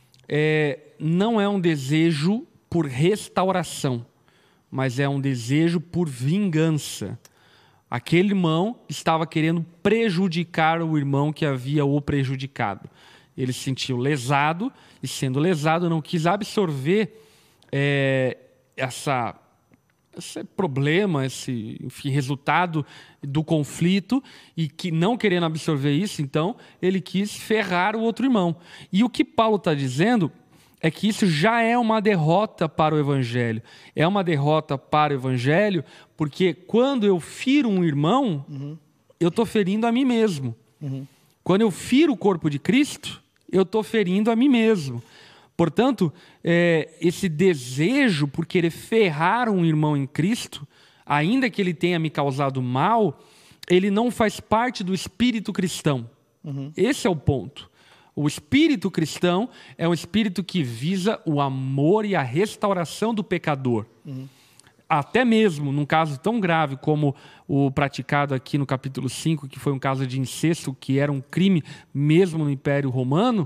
não é um desejo por restauração, mas é um desejo por vingança. Aquele irmão estava querendo prejudicar o irmão que havia o prejudicado. Ele se sentiu lesado e, sendo lesado, não quis absorver essa esse problema, esse, enfim, resultado do conflito, e que, não querendo absorver isso, então, ele quis ferrar o outro irmão. E o que Paulo está dizendo é que isso já é uma derrota para o Evangelho. É uma derrota para o Evangelho porque quando eu firo um irmão, eu estou ferindo a mim mesmo. Quando eu firo o corpo de Cristo, eu estou ferindo a mim mesmo. Portanto, esse desejo por querer ferrar um irmão em Cristo, ainda que ele tenha me causado mal, ele não faz parte do espírito cristão. Esse é o ponto. O espírito cristão é um espírito que visa o amor e a restauração do pecador. Até mesmo num caso tão grave como o praticado aqui no capítulo 5, que foi um caso de incesto, que era um crime mesmo no Império Romano,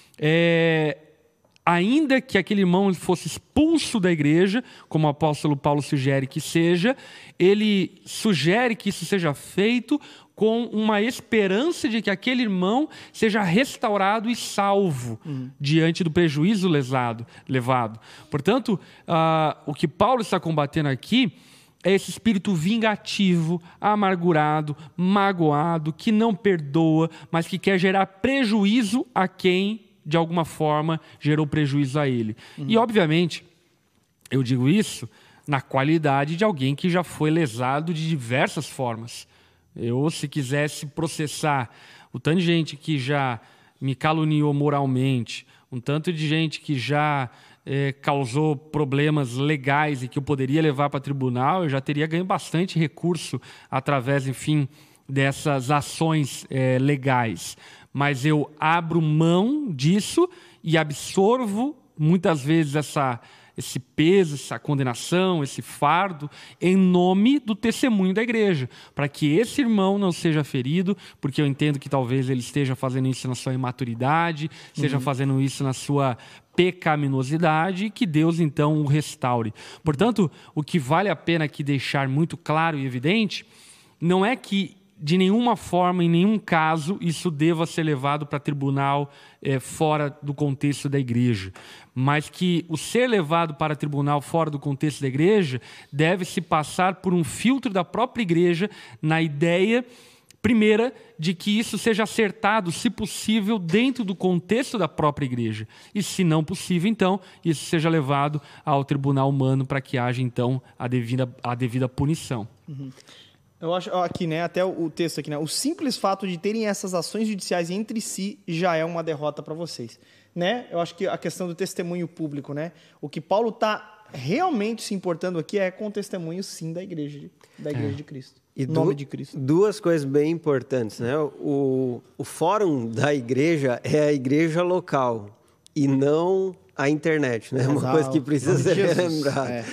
ainda que aquele irmão fosse expulso da igreja, como o apóstolo Paulo sugere que seja, ele sugere que isso seja feito com uma esperança de que aquele irmão seja restaurado e salvo diante do prejuízo levado. Portanto, o que Paulo está combatendo aqui é esse espírito vingativo, amargurado, magoado, que não perdoa, mas que quer gerar prejuízo a quem, de alguma forma, gerou prejuízo a ele. E, obviamente, eu digo isso na qualidade de alguém que já foi lesado de diversas formas. Eu, se quisesse processar o tanto de gente que já me caluniou moralmente, um tanto de gente que já causou problemas legais e que eu poderia levar para tribunal, eu já teria ganho bastante recurso através, enfim, dessas ações legais. Mas eu abro mão disso e absorvo muitas vezes esse peso, essa condenação, esse fardo, em nome do testemunho da igreja, para que esse irmão não seja ferido, porque eu entendo que talvez ele esteja fazendo isso na sua imaturidade, esteja fazendo isso na sua pecaminosidade, e que Deus então o restaure. Portanto, o que vale a pena aqui deixar muito claro e evidente, não é que de nenhuma forma, em nenhum caso, isso deva ser levado para tribunal fora do contexto da igreja. Mas que o ser levado para tribunal fora do contexto da igreja deve se passar por um filtro da própria igreja, na ideia, primeira, de que isso seja acertado, se possível, dentro do contexto da própria igreja. E, se não possível, então, isso seja levado ao tribunal humano para que haja, então, a devida punição. Eu acho aqui, né, até o texto aqui, né, o simples fato de terem essas ações judiciais entre si já é uma derrota para vocês, né? Eu acho que a questão do testemunho público, né? O que Paulo está realmente se importando aqui é com o testemunho, sim, da igreja de Cristo. E nome de Cristo. Duas coisas bem importantes, né? O fórum da igreja é a igreja local e não a internet, né? Uma coisa que precisa ser lembrada.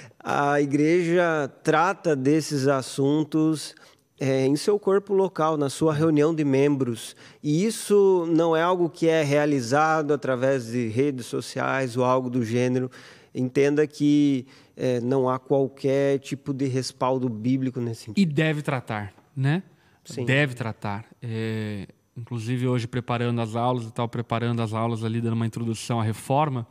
A igreja trata desses assuntos em seu corpo local, na sua reunião de membros. E isso não é algo que é realizado através de redes sociais ou algo do gênero. Entenda que não há qualquer tipo de respaldo bíblico nesse sentido. E deve tratar, né? Sim. Deve tratar. Inclusive, hoje, preparando as aulas, eu estava preparando as aulas ali, dando uma introdução à reforma.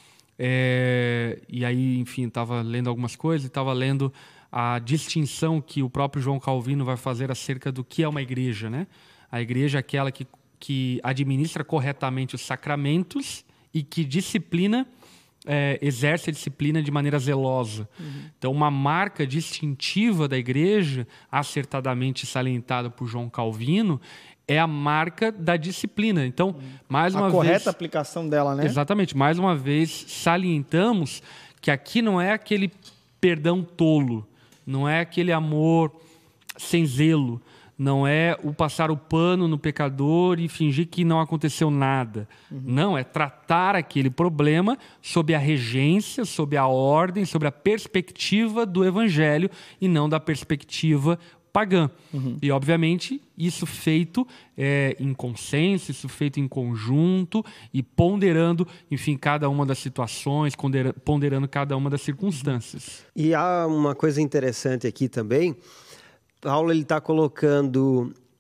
E aí, enfim, estava lendo algumas coisas e estava lendo a distinção que o próprio João Calvino vai fazer acerca do que é uma igreja, né? A igreja é aquela que administra corretamente os sacramentos e que disciplina, exerce a disciplina de maneira zelosa. Então, uma marca distintiva da igreja, acertadamente salientada por João Calvino, é a marca da disciplina. Então, mais uma vez... A correta aplicação dela, né? Exatamente. Mais uma vez, salientamos que aqui não é aquele perdão tolo, não é aquele amor sem zelo, não é o passar o pano no pecador e fingir que não aconteceu nada. Não, é tratar aquele problema sob a regência, sob a ordem, sob a perspectiva do Evangelho e não da perspectiva pagã. E, obviamente, isso feito em consenso, isso feito em conjunto e ponderando, enfim, cada uma das situações, ponderando cada uma das circunstâncias. E há uma coisa interessante aqui também. Paulo está colocando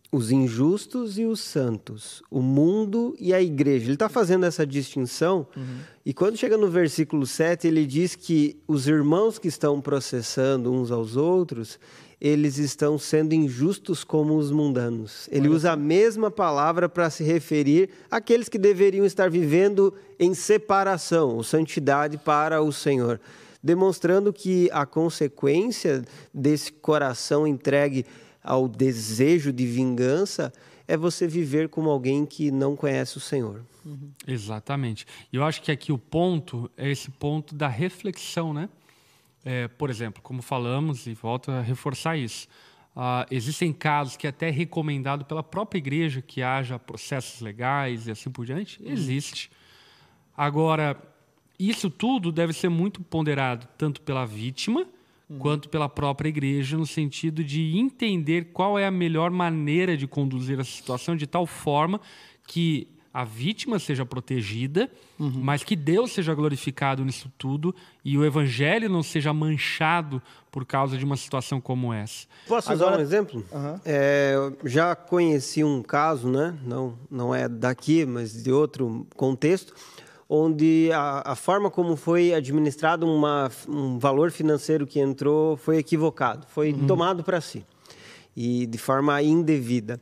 os injustos e os santos, o mundo e a igreja. Ele está fazendo essa distinção, e quando chega no versículo 7, ele diz que os irmãos que estão processando uns aos outros, eles estão sendo injustos como os mundanos. Ele usa a mesma palavra para se referir àqueles que deveriam estar vivendo em separação, ou santidade para o Senhor, demonstrando que a consequência desse coração entregue ao desejo de vingança é você viver como alguém que não conhece o Senhor. Exatamente. E eu acho que aqui o ponto é esse ponto da reflexão, né? Por exemplo, como falamos, e volto a reforçar isso, existem casos que até é recomendado pela própria igreja que haja processos legais e assim por diante. Existe. Agora, isso tudo deve ser muito ponderado tanto pela vítima quanto pela própria igreja, no sentido de entender qual é a melhor maneira de conduzir essa situação de tal forma que a vítima seja protegida, mas que Deus seja glorificado nisso tudo e o evangelho não seja manchado por causa de uma situação como essa. Posso usar um exemplo? Eu já conheci um caso, né? Não é daqui, mas de outro contexto, onde a forma como foi administrado um valor financeiro que entrou foi equivocado, foi tomado para si, e de forma indevida.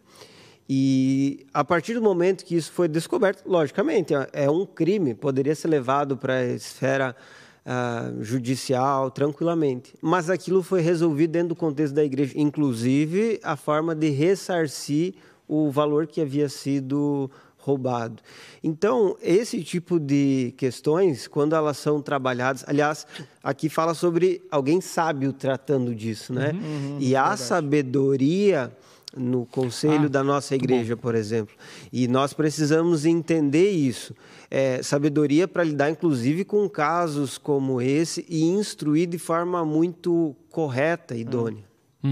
E a partir do momento que isso foi descoberto, logicamente, é um crime, poderia ser levado para a esfera judicial tranquilamente. Mas aquilo foi resolvido dentro do contexto da igreja, inclusive a forma de ressarcir o valor que havia sido roubado. Então, esse tipo de questões, quando elas são trabalhadas... Aliás, aqui fala sobre alguém sábio tratando disso, né? E a sabedoria no conselho da nossa igreja, por exemplo. E nós precisamos entender isso. Sabedoria para lidar, inclusive, com casos como esse e instruir de forma muito correta e idônea.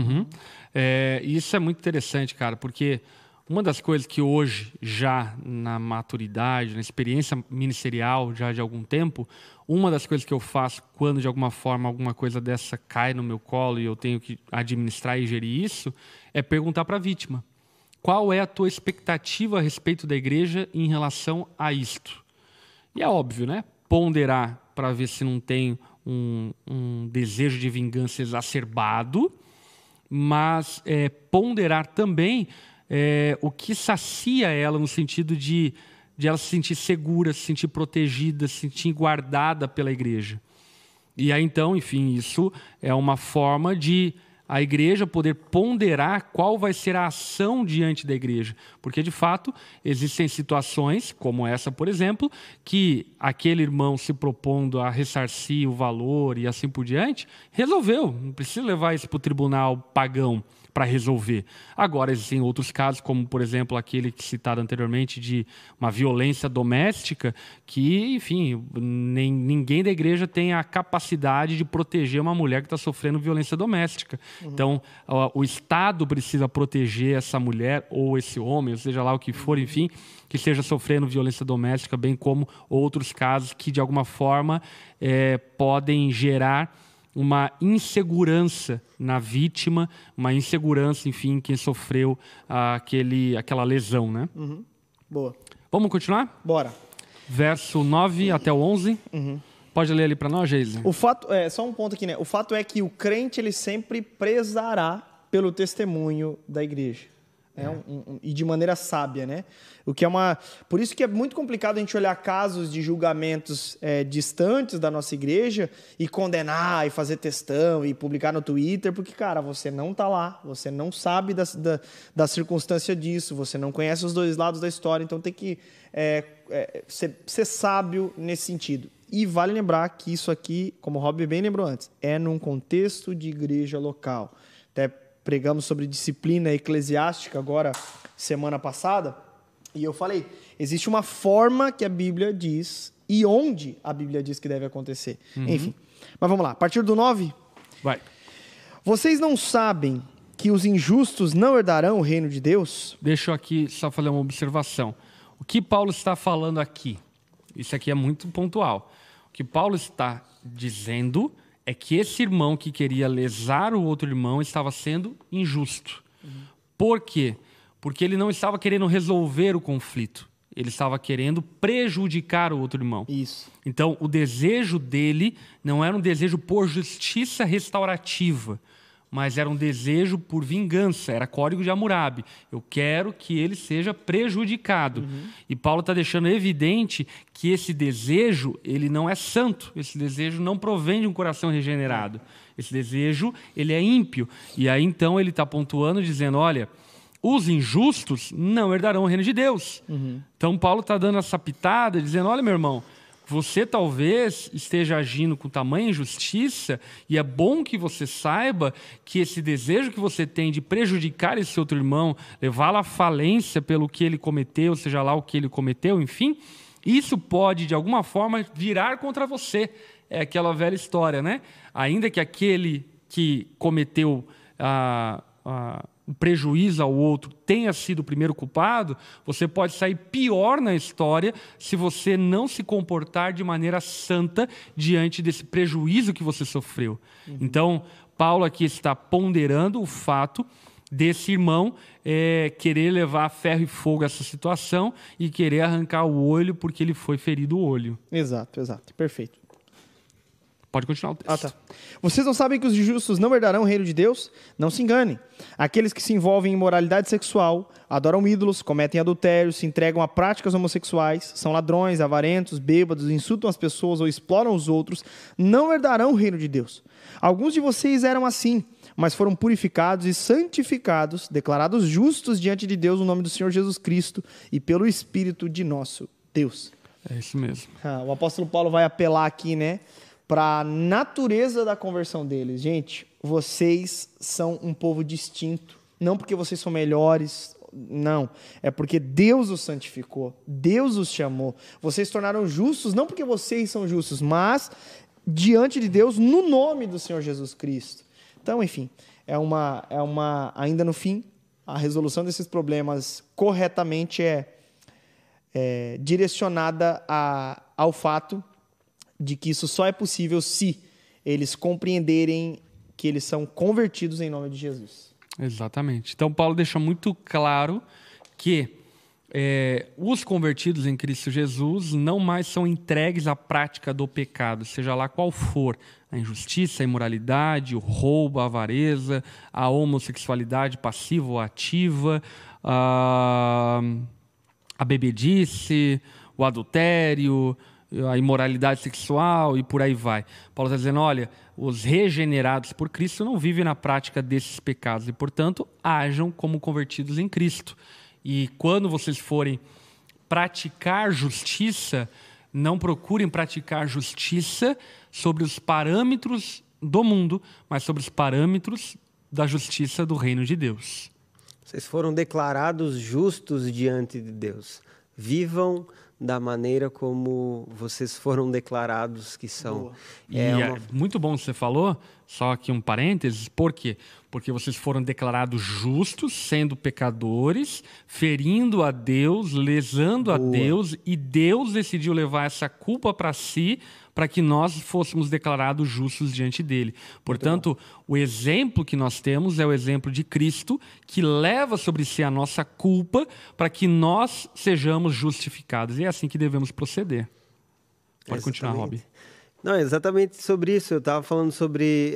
Isso é muito interessante, cara, porque uma das coisas que hoje, já na maturidade, na experiência ministerial já de algum tempo, uma das coisas que eu faço quando de alguma forma alguma coisa dessa cai no meu colo e eu tenho que administrar e gerir isso, é perguntar para a vítima: qual é a tua expectativa a respeito da igreja em relação a isto? E é óbvio, né? Ponderar para ver se não tem um desejo de vingança exacerbado, mas ponderar também o que sacia ela no sentido de ela se sentir segura, se sentir protegida, se sentir guardada pela igreja. E aí, então, enfim, isso é uma forma de a igreja poder ponderar qual vai ser a ação diante da igreja. Porque, de fato, existem situações, como essa, por exemplo, que aquele irmão se propondo a ressarcir o valor e assim por diante, resolveu. Não precisa levar isso para o tribunal pagão para resolver. Agora, existem outros casos, como, por exemplo, aquele citado anteriormente de uma violência doméstica, que, enfim, ninguém da igreja tem a capacidade de proteger uma mulher que está sofrendo violência doméstica. Então, o Estado precisa proteger essa mulher ou esse homem, ou seja lá o que for, enfim, que esteja sofrendo violência doméstica, bem como outros casos que, de alguma forma, podem gerar uma insegurança na vítima, uma insegurança, enfim, em quem sofreu aquela lesão, né? Boa. Vamos continuar? Bora. Verso 9 até o 11. Pode ler ali para nós, Geise? O fato só um ponto aqui, né? O fato é que o crente ele sempre prezará pelo testemunho da igreja. E de maneira sábia, né? O que por isso que é muito complicado a gente olhar casos de julgamentos distantes da nossa igreja e condenar e fazer textão e publicar no Twitter, porque, cara, você não tá lá, você não sabe da circunstância disso, você não conhece os dois lados da história, então tem que ser sábio nesse sentido. E vale lembrar que isso aqui, como o Rob bem lembrou antes, é num contexto de igreja local. Até pregamos sobre disciplina eclesiástica agora, semana passada, e eu falei, existe uma forma que a Bíblia diz e onde a Bíblia diz que deve acontecer. Enfim, mas vamos lá, a partir do 9. Vai. Vocês não sabem que os injustos não herdarão o reino de Deus? Deixa eu aqui só fazer uma observação. O que Paulo está falando aqui? Isso aqui é muito pontual. O que Paulo está dizendo é que esse irmão que queria lesar o outro irmão estava sendo injusto. Por quê? porque ele não estava querendo resolver o conflito. Ele estava querendo prejudicar o outro irmão. Isso. Então, o desejo dele não era um desejo por justiça restaurativa, mas era um desejo por vingança. Era código de Hammurabi. Eu quero que ele seja prejudicado. E Paulo está deixando evidente que esse desejo ele não é santo. Esse desejo não provém de um coração regenerado. Esse desejo ele é ímpio. E aí, então, ele está pontuando, dizendo, olha, os injustos não herdarão o reino de Deus. Então, Paulo está dando essa pitada, dizendo, olha, meu irmão, você talvez esteja agindo com tamanha injustiça e é bom que você saiba que esse desejo que você tem de prejudicar esse outro irmão, levá-lo à falência pelo que ele cometeu, seja lá o que ele cometeu, enfim, isso pode, de alguma forma, virar contra você. É aquela velha história, né? Ainda que aquele que cometeu o prejuízo ao outro tenha sido o primeiro culpado, você pode sair pior na história se você não se comportar de maneira santa diante desse prejuízo que você sofreu. Então, Paulo aqui está ponderando o fato desse irmão querer levar ferro e fogo a essa situação e querer arrancar o olho porque ele foi ferido o olho. Exato. Perfeito. Pode continuar o texto. Tá. Vocês não sabem que os justos não herdarão o reino de Deus? Não se enganem. Aqueles que se envolvem em imoralidade sexual, adoram ídolos, cometem adultério, se entregam a práticas homossexuais, são ladrões, avarentos, bêbados, insultam as pessoas ou exploram os outros, não herdarão o reino de Deus. Alguns de vocês eram assim, mas foram purificados e santificados, declarados justos diante de Deus no nome do Senhor Jesus Cristo e pelo Espírito de nosso Deus. É isso mesmo. O apóstolo Paulo vai apelar aqui, né, para a natureza da conversão deles. Gente, vocês são um povo distinto. Não porque vocês são melhores, não. É porque Deus os santificou. Deus os chamou. Vocês se tornaram justos, não porque vocês são justos, mas diante de Deus, no nome do Senhor Jesus Cristo. Então, enfim, ainda no fim, a resolução desses problemas corretamente é direcionada ao fato de que isso só é possível se eles compreenderem que eles são convertidos em nome de Jesus. Exatamente. Então, Paulo deixa muito claro que os convertidos em Cristo Jesus não mais são entregues à prática do pecado, seja lá qual for, a injustiça, a imoralidade, o roubo, a avareza, a homossexualidade passiva ou ativa, a bebedice, o adultério, a imoralidade sexual e por aí vai. Paulo está dizendo, olha, os regenerados por Cristo não vivem na prática desses pecados e, portanto, ajam como convertidos em Cristo. E quando vocês forem praticar justiça, não procurem praticar justiça sobre os parâmetros do mundo, mas sobre os parâmetros da justiça do reino de Deus. Vocês foram declarados justos diante de Deus. Vivam da maneira como vocês foram declarados que são. Muito bom que você falou, só aqui um parênteses, por quê? Porque vocês foram declarados justos, sendo pecadores, ferindo a Deus, lesando a Deus, e Deus decidiu levar essa culpa para si, para que nós fôssemos declarados justos diante dele. Portanto, o exemplo que nós temos é o exemplo de Cristo, que leva sobre si a nossa culpa para que nós sejamos justificados. E é assim que devemos proceder. Pode continuar, Rob. Não, exatamente sobre isso. Eu estava falando sobre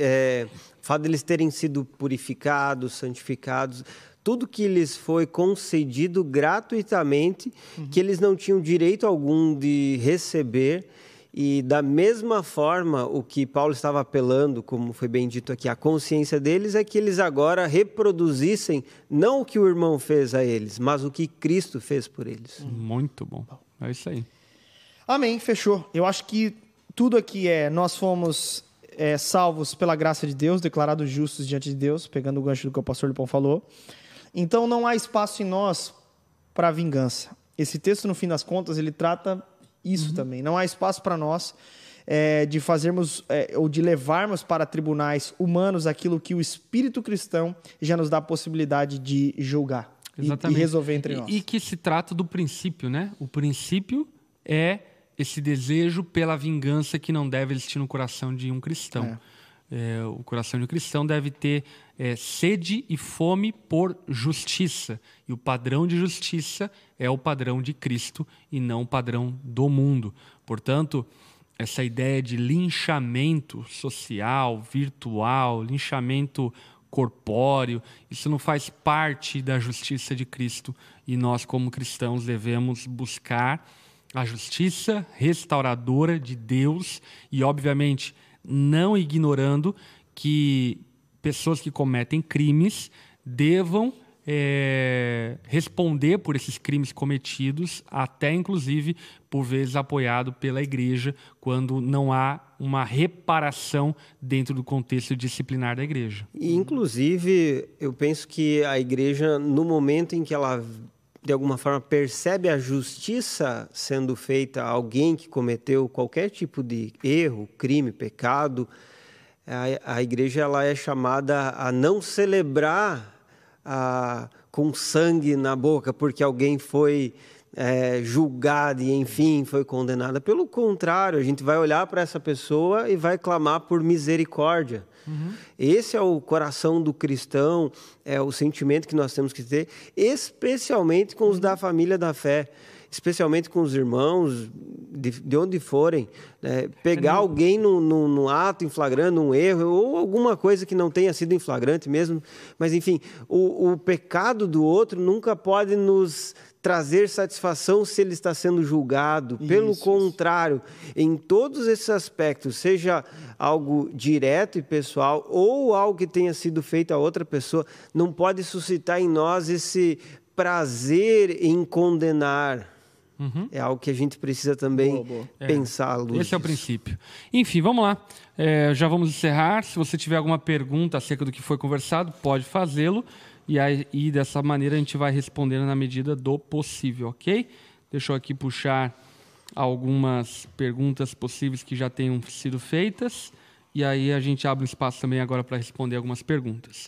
o fato de eles terem sido purificados, santificados, tudo que lhes foi concedido gratuitamente, que eles não tinham direito algum de receber. E da mesma forma, o que Paulo estava apelando, como foi bem dito aqui, a consciência deles é que eles agora reproduzissem não o que o irmão fez a eles, mas o que Cristo fez por eles. Muito bom. É isso aí. Amém, fechou. Eu acho que tudo aqui nós fomos salvos pela graça de Deus, declarados justos diante de Deus, pegando o gancho do que o pastor Lipão falou. Então não há espaço em nós para vingança. Esse texto, no fim das contas, ele trata isso também. Não há espaço para nós de fazermos ou de levarmos para tribunais humanos aquilo que o espírito cristão já nos dá a possibilidade de julgar e resolver entre nós. E que se trata do princípio, né? O princípio é esse desejo pela vingança que não deve existir no coração de um cristão. o coração de um cristão deve ter sede e fome por justiça. E o padrão de justiça é o padrão de Cristo e não o padrão do mundo. Portanto, essa ideia de linchamento social, virtual, linchamento corpóreo, isso não faz parte da justiça de Cristo, e nós, como cristãos, devemos buscar a justiça restauradora de Deus e, obviamente, não ignorando que pessoas que cometem crimes devam responder por esses crimes cometidos, até inclusive por vezes apoiado pela igreja, quando não há uma reparação dentro do contexto disciplinar da igreja. E, inclusive, eu penso que a igreja, no momento em que ela de alguma forma percebe a justiça sendo feita a alguém que cometeu qualquer tipo de erro, crime, pecado, a igreja ela é chamada a não celebrar com sangue na boca, porque alguém foi julgado e, enfim, foi condenado. Pelo contrário, a gente vai olhar para essa pessoa e vai clamar por misericórdia. Uhum. Esse é o coração do cristão, é o sentimento que nós temos que ter, especialmente com os da família da fé, especialmente com os irmãos, de onde forem, pegar alguém no ato, em flagrante, um erro, ou alguma coisa que não tenha sido em flagrante mesmo, mas enfim, o pecado do outro nunca pode nos trazer satisfação se ele está sendo julgado. Pelo contrário, em todos esses aspectos, seja algo direto e pessoal, ou algo que tenha sido feito a outra pessoa, não pode suscitar em nós esse prazer em condenar. Uhum. É algo que a gente precisa também pensar à luz. Esse é o princípio. Enfim, vamos lá. Já vamos encerrar. Se você tiver alguma pergunta acerca do que foi conversado, pode fazê-lo. E dessa maneira a gente vai respondendo na medida do possível, ok? Deixa eu aqui puxar algumas perguntas possíveis que já tenham sido feitas. E aí a gente abre um espaço também agora para responder algumas perguntas.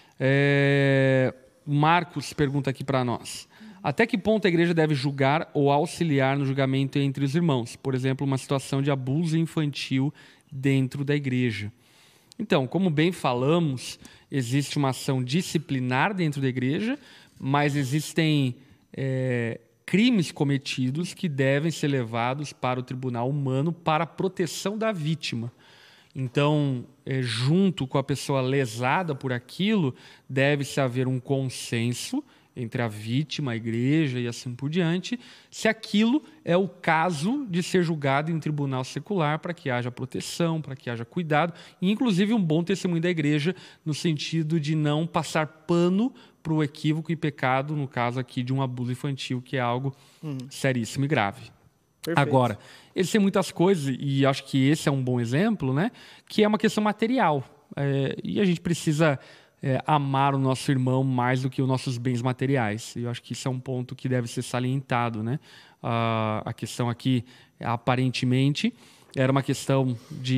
Marcos pergunta aqui para nós. Até que ponto a igreja deve julgar ou auxiliar no julgamento entre os irmãos? Por exemplo, uma situação de abuso infantil dentro da igreja. Então, como bem falamos, existe uma ação disciplinar dentro da igreja, mas existem crimes cometidos que devem ser levados para o tribunal humano para a proteção da vítima. Então, junto com a pessoa lesada por aquilo, deve-se haver um consenso entre a vítima, a igreja e assim por diante, se aquilo é o caso de ser julgado em tribunal secular, para que haja proteção, para que haja cuidado, e inclusive um bom testemunho da igreja no sentido de não passar pano para o equívoco e pecado, no caso aqui de um abuso infantil, que é algo seríssimo e grave. Perfeito. Agora, existem muitas coisas, e acho que esse é um bom exemplo, né, que é uma questão material, e a gente precisa amar o nosso irmão mais do que os nossos bens materiais. E eu acho que isso é um ponto que deve ser salientado, né? A questão aqui, aparentemente, era uma questão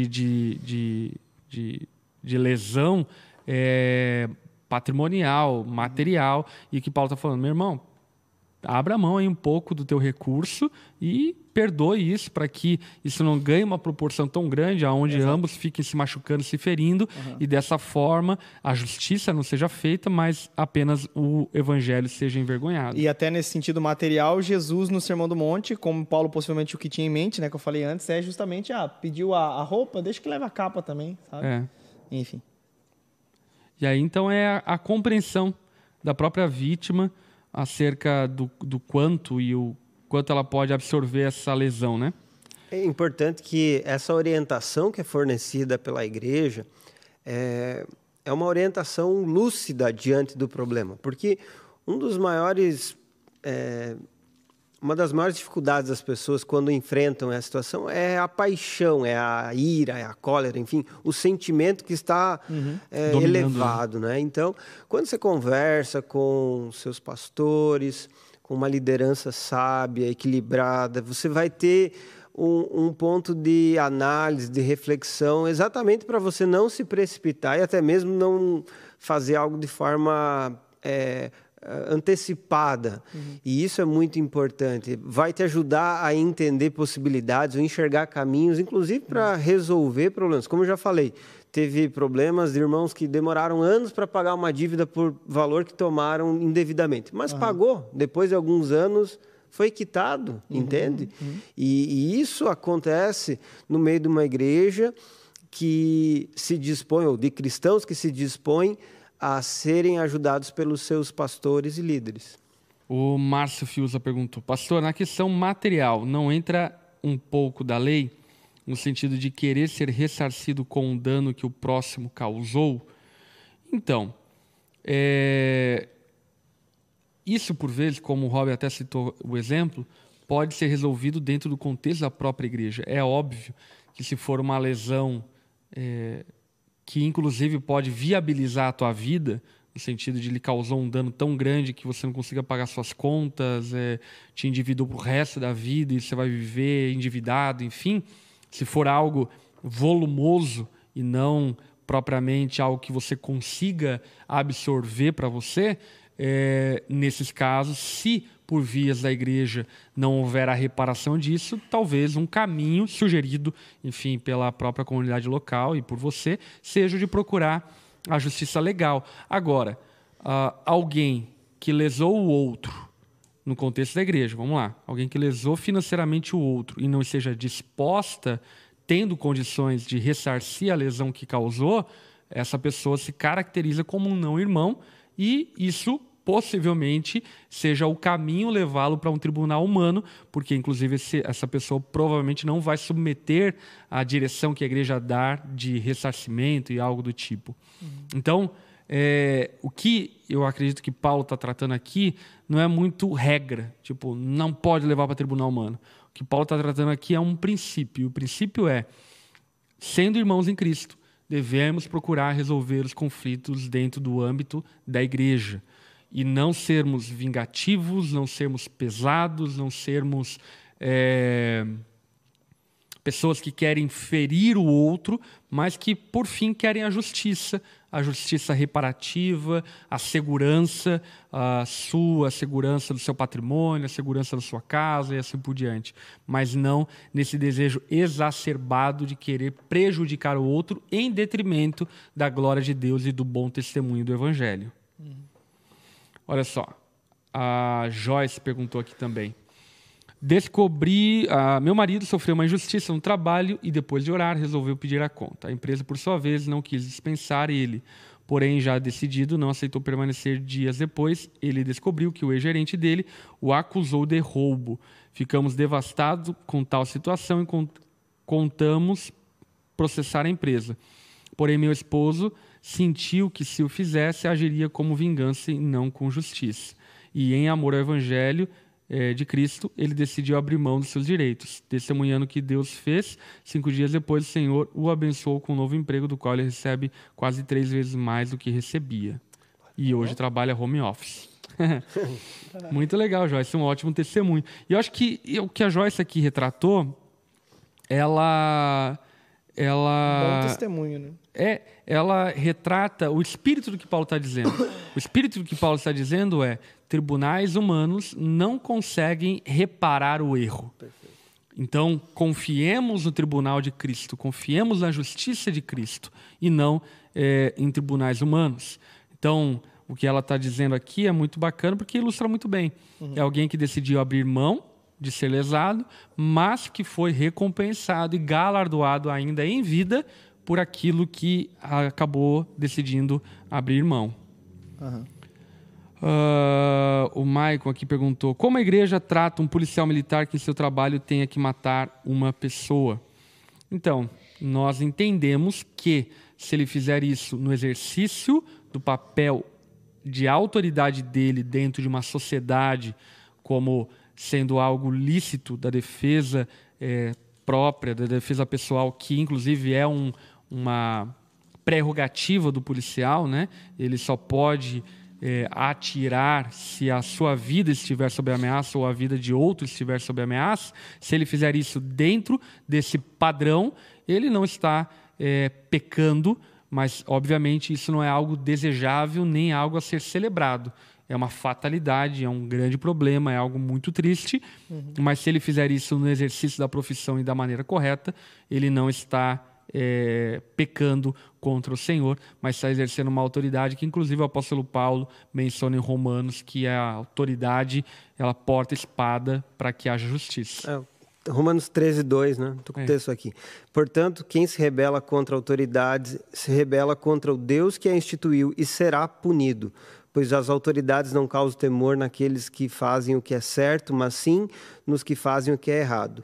de lesão patrimonial, material, e que Paulo está falando, meu irmão, abra mão aí um pouco do teu recurso e perdoe isso para que isso não ganhe uma proporção tão grande, aonde ambos fiquem se machucando, se ferindo, e dessa forma a justiça não seja feita, mas apenas o evangelho seja envergonhado. E até nesse sentido material, Jesus no Sermão do Monte, como Paulo possivelmente o que tinha em mente, né, que eu falei antes, é justamente, pediu a roupa, deixa que leve a capa também, sabe? Enfim. E aí então é a compreensão da própria vítima acerca do quanto e o quanto ela pode absorver essa lesão, né? É importante que essa orientação que é fornecida pela igreja é uma orientação lúcida diante do problema, porque uma das maiores dificuldades das pessoas quando enfrentam essa situação é a paixão, é a ira, é a cólera, enfim, o sentimento que está elevado, né? Então, quando você conversa com seus pastores, com uma liderança sábia, equilibrada, você vai ter um ponto de análise, de reflexão, exatamente para você não se precipitar e até mesmo não fazer algo de forma antecipada. E isso é muito importante. Vai te ajudar a entender possibilidades, ou enxergar caminhos, inclusive para resolver problemas. Como eu já falei, teve problemas de irmãos que demoraram anos para pagar uma dívida por valor que tomaram indevidamente. Mas pagou, depois de alguns anos, foi quitado, entende? E isso acontece no meio de uma igreja que se dispõe, ou de cristãos que se dispõem a serem ajudados pelos seus pastores e líderes. O Márcio Fiuza perguntou: pastor, na questão material, não entra um pouco da lei, no sentido de querer ser ressarcido com um dano que o próximo causou? Então, isso por vezes, como o Rob até citou o exemplo, pode ser resolvido dentro do contexto da própria igreja. É óbvio que se for uma lesão que inclusive pode viabilizar a tua vida, no sentido de lhe causar um dano tão grande que você não consiga pagar suas contas, te endividou para o resto da vida e você vai viver endividado, enfim, se for algo volumoso e não propriamente algo que você consiga absorver para você, nesses casos, se por vias da igreja não houver a reparação disso, talvez um caminho sugerido, enfim, pela própria comunidade local e por você, seja de procurar a justiça legal. Agora, alguém que lesou o outro, no contexto da igreja, vamos lá, alguém que lesou financeiramente o outro e não esteja disposta, tendo condições de ressarcir a lesão que causou, essa pessoa se caracteriza como um não-irmão e isso possivelmente seja o caminho levá-lo para um tribunal humano, porque, inclusive, essa pessoa provavelmente não vai submeter a direção que a igreja dá de ressarcimento e algo do tipo. Então, o que eu acredito que Paulo está tratando aqui não é muito regra, tipo, não pode levar para tribunal humano. O que Paulo está tratando aqui é um princípio. E o princípio é, sendo irmãos em Cristo, devemos procurar resolver os conflitos dentro do âmbito da igreja. E não sermos vingativos, não sermos pesados, não sermos pessoas que querem ferir o outro, mas que, por fim, querem a justiça reparativa, a segurança sua, a segurança do seu patrimônio, a segurança da sua casa e assim por diante. Mas não nesse desejo exacerbado de querer prejudicar o outro em detrimento da glória de Deus e do bom testemunho do Evangelho. Olha só, a Joyce perguntou aqui também. Descobri, meu marido sofreu uma injustiça no trabalho e depois de orar resolveu pedir a conta. A empresa, por sua vez, não quis dispensar ele. Porém, já decidido, não aceitou permanecer. Dias depois, ele descobriu que o ex-gerente dele o acusou de roubo. Ficamos devastados com tal situação e contamos processar a empresa. Porém, meu esposo sentiu que, se o fizesse, agiria como vingança e não com justiça. E, em amor ao Evangelho de Cristo, ele decidiu abrir mão dos seus direitos. Testemunhando o que Deus fez, 5 dias depois, o Senhor o abençoou com um novo emprego, do qual ele recebe quase 3 vezes mais do que recebia. E hoje trabalha home office. Muito legal, Joyce. Um ótimo testemunho. E eu acho que o que a Joyce aqui retratou, ela Um bom testemunho, né? Ela retrata o espírito do que Paulo está dizendo. O espírito do que Paulo está dizendo é: tribunais humanos não conseguem reparar o erro. Perfeito. Então, confiemos no tribunal de Cristo, confiemos na justiça de Cristo e não em tribunais humanos. Então, o que ela está dizendo aqui é muito bacana porque ilustra muito bem. É alguém que decidiu abrir mão de ser lesado, mas que foi recompensado e galardoado ainda em vida por aquilo que acabou decidindo abrir mão. O Maicon aqui perguntou: como a igreja trata um policial militar que em seu trabalho tenha que matar uma pessoa? Então, nós entendemos que, se ele fizer isso no exercício do papel de autoridade dele dentro de uma sociedade, como sendo algo lícito da defesa própria, da defesa pessoal, que inclusive é uma prerrogativa do policial, né? Ele só pode atirar se a sua vida estiver sob ameaça ou a vida de outro estiver sob ameaça. Se ele fizer isso dentro desse padrão, ele não está pecando, mas obviamente isso não é algo desejável nem algo a ser celebrado. é uma fatalidade, é um grande problema, é algo muito triste, mas se ele fizer isso no exercício da profissão e da maneira correta, ele não está pecando contra o Senhor, mas está exercendo uma autoridade que, inclusive, o apóstolo Paulo menciona em Romanos que a autoridade ela porta espada para que haja justiça. Romanos 13:2, né? Estou com o texto aqui. Portanto, quem se rebela contra a autoridade se rebela contra o Deus que a instituiu e será punido, pois as autoridades não causam temor naqueles que fazem o que é certo, mas sim nos que fazem o que é errado.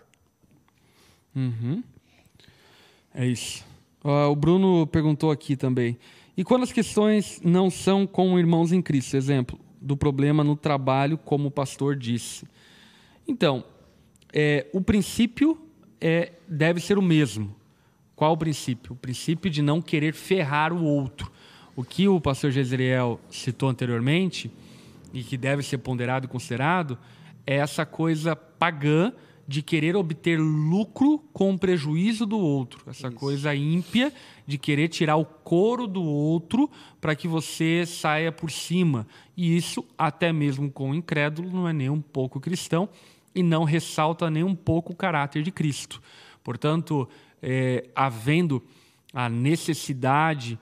É isso. O Bruno perguntou aqui também. E quando as questões não são com irmãos em Cristo? Exemplo, do problema no trabalho, como o pastor disse. Então, o princípio deve ser o mesmo. Qual o princípio? O princípio de não querer ferrar o outro. O que o pastor Jezreel citou anteriormente, e que deve ser ponderado e considerado, é essa coisa pagã de querer obter lucro com o prejuízo do outro. Essa coisa ímpia de querer tirar o couro do outro para que você saia por cima. E isso, até mesmo com o incrédulo, não é nem um pouco cristão e não ressalta nem um pouco o caráter de Cristo. Portanto, havendo a necessidade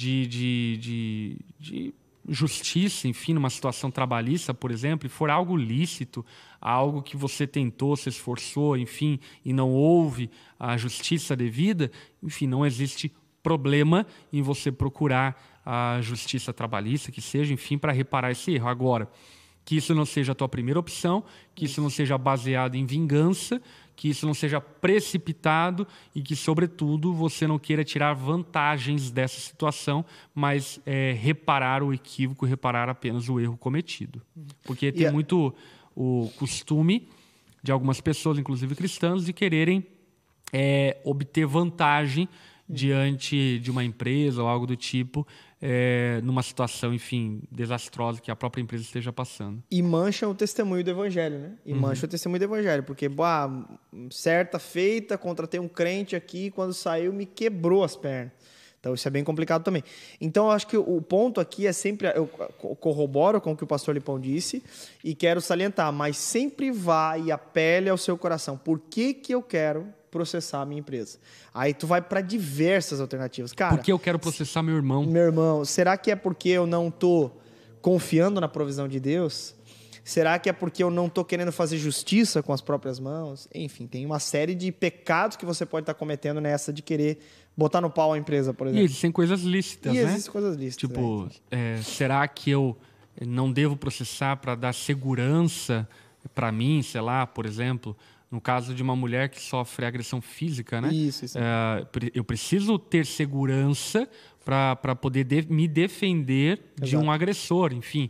de justiça, enfim, numa situação trabalhista, por exemplo, e for algo lícito, algo que você tentou, se esforçou, enfim, e não houve a justiça devida, enfim, não existe problema em você procurar a justiça trabalhista, que seja, enfim, para reparar esse erro. Agora, que isso não seja a tua primeira opção, que isso não seja baseado em vingança, que isso não seja precipitado e que, sobretudo, você não queira tirar vantagens dessa situação, mas reparar o equívoco, reparar apenas o erro cometido. Porque tem muito o costume de algumas pessoas, inclusive cristãs, de quererem obter vantagem diante de uma empresa ou algo do tipo, numa situação, enfim, desastrosa que a própria empresa esteja passando. E mancha o testemunho do evangelho, né? E mancha o testemunho do evangelho, porque, certa feita, contratei um crente aqui, quando saiu me quebrou as pernas. Então isso é bem complicado também. Então eu acho que o ponto aqui é sempre, eu corroboro com o que o pastor Lipão disse e quero salientar, mas sempre vá e apele ao seu coração. Por que eu quero processar a minha empresa? Aí tu vai para diversas alternativas. Cara, por que eu quero processar meu irmão? Meu irmão, será que é porque eu não tô confiando na provisão de Deus? Será que é porque eu não tô querendo fazer justiça com as próprias mãos? Enfim, tem uma série de pecados que você pode estar cometendo nessa de querer botar no pau a empresa, por exemplo. E existem coisas lícitas, né? Existem coisas lícitas. Tipo, será que eu não devo processar para dar segurança para mim, sei lá, por exemplo, no caso de uma mulher que sofre agressão física, né? Isso. Eu preciso ter segurança para poder me defender de um agressor, enfim.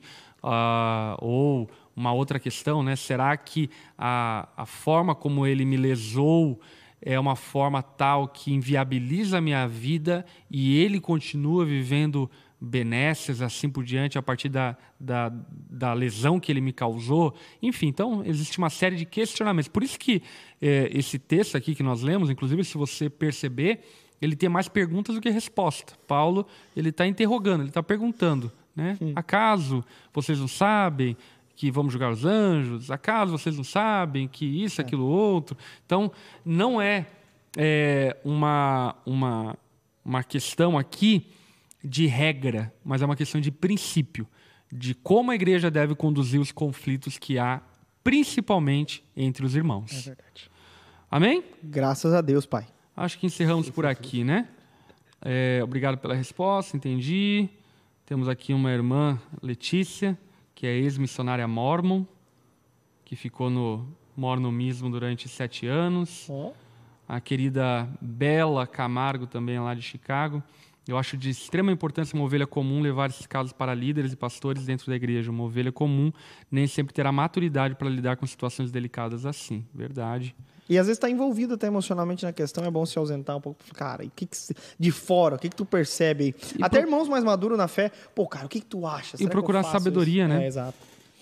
Ou uma outra questão, né? Será que a forma como ele me lesou é uma forma tal que inviabiliza a minha vida e ele continua vivendo benesses, assim por diante, a partir da lesão que ele me causou? Enfim, então, existe uma série de questionamentos. Por isso que esse texto aqui que nós lemos, inclusive, se você perceber, ele tem mais perguntas do que resposta. Paulo, ele está interrogando, ele está perguntando, né? Acaso vocês não sabem que vamos julgar os anjos? Acaso vocês não sabem que isso, aquilo, outro? Então, não é uma questão aqui de regra, mas é uma questão de princípio, de como a igreja deve conduzir os conflitos que há, principalmente entre os irmãos. É verdade. Amém? Graças a Deus, Pai. Acho que encerramos por aqui, né? Obrigado pela resposta, entendi. Temos aqui uma irmã, Letícia, que é ex-missionária mórmon, que ficou no mormonismo durante 7 anos. A querida Bela Camargo, também lá de Chicago. Eu acho de extrema importância uma ovelha comum levar esses casos para líderes e pastores dentro da igreja. Uma ovelha comum nem sempre terá maturidade para lidar com situações delicadas assim. Verdade. E às vezes está envolvido até emocionalmente na questão, é bom se ausentar um pouco. Cara, de fora, o que tu percebe aí? Até irmãos mais maduros na fé, cara, o que tu acha? Será e procurar sabedoria, isso? né? Exato.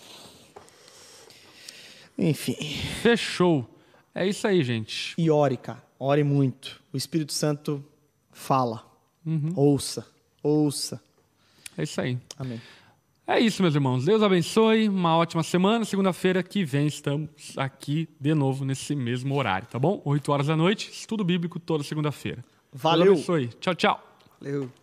Enfim. Fechou. É isso aí, gente. E ore, cara. Ore muito. O Espírito Santo fala. Ouça. É isso aí. Amém. É isso, meus irmãos. Deus abençoe. Uma ótima semana. Segunda-feira que vem estamos aqui de novo nesse mesmo horário, tá bom? 8 horas da noite. Estudo bíblico toda segunda-feira. Valeu. Deus abençoe. Tchau, tchau. Valeu.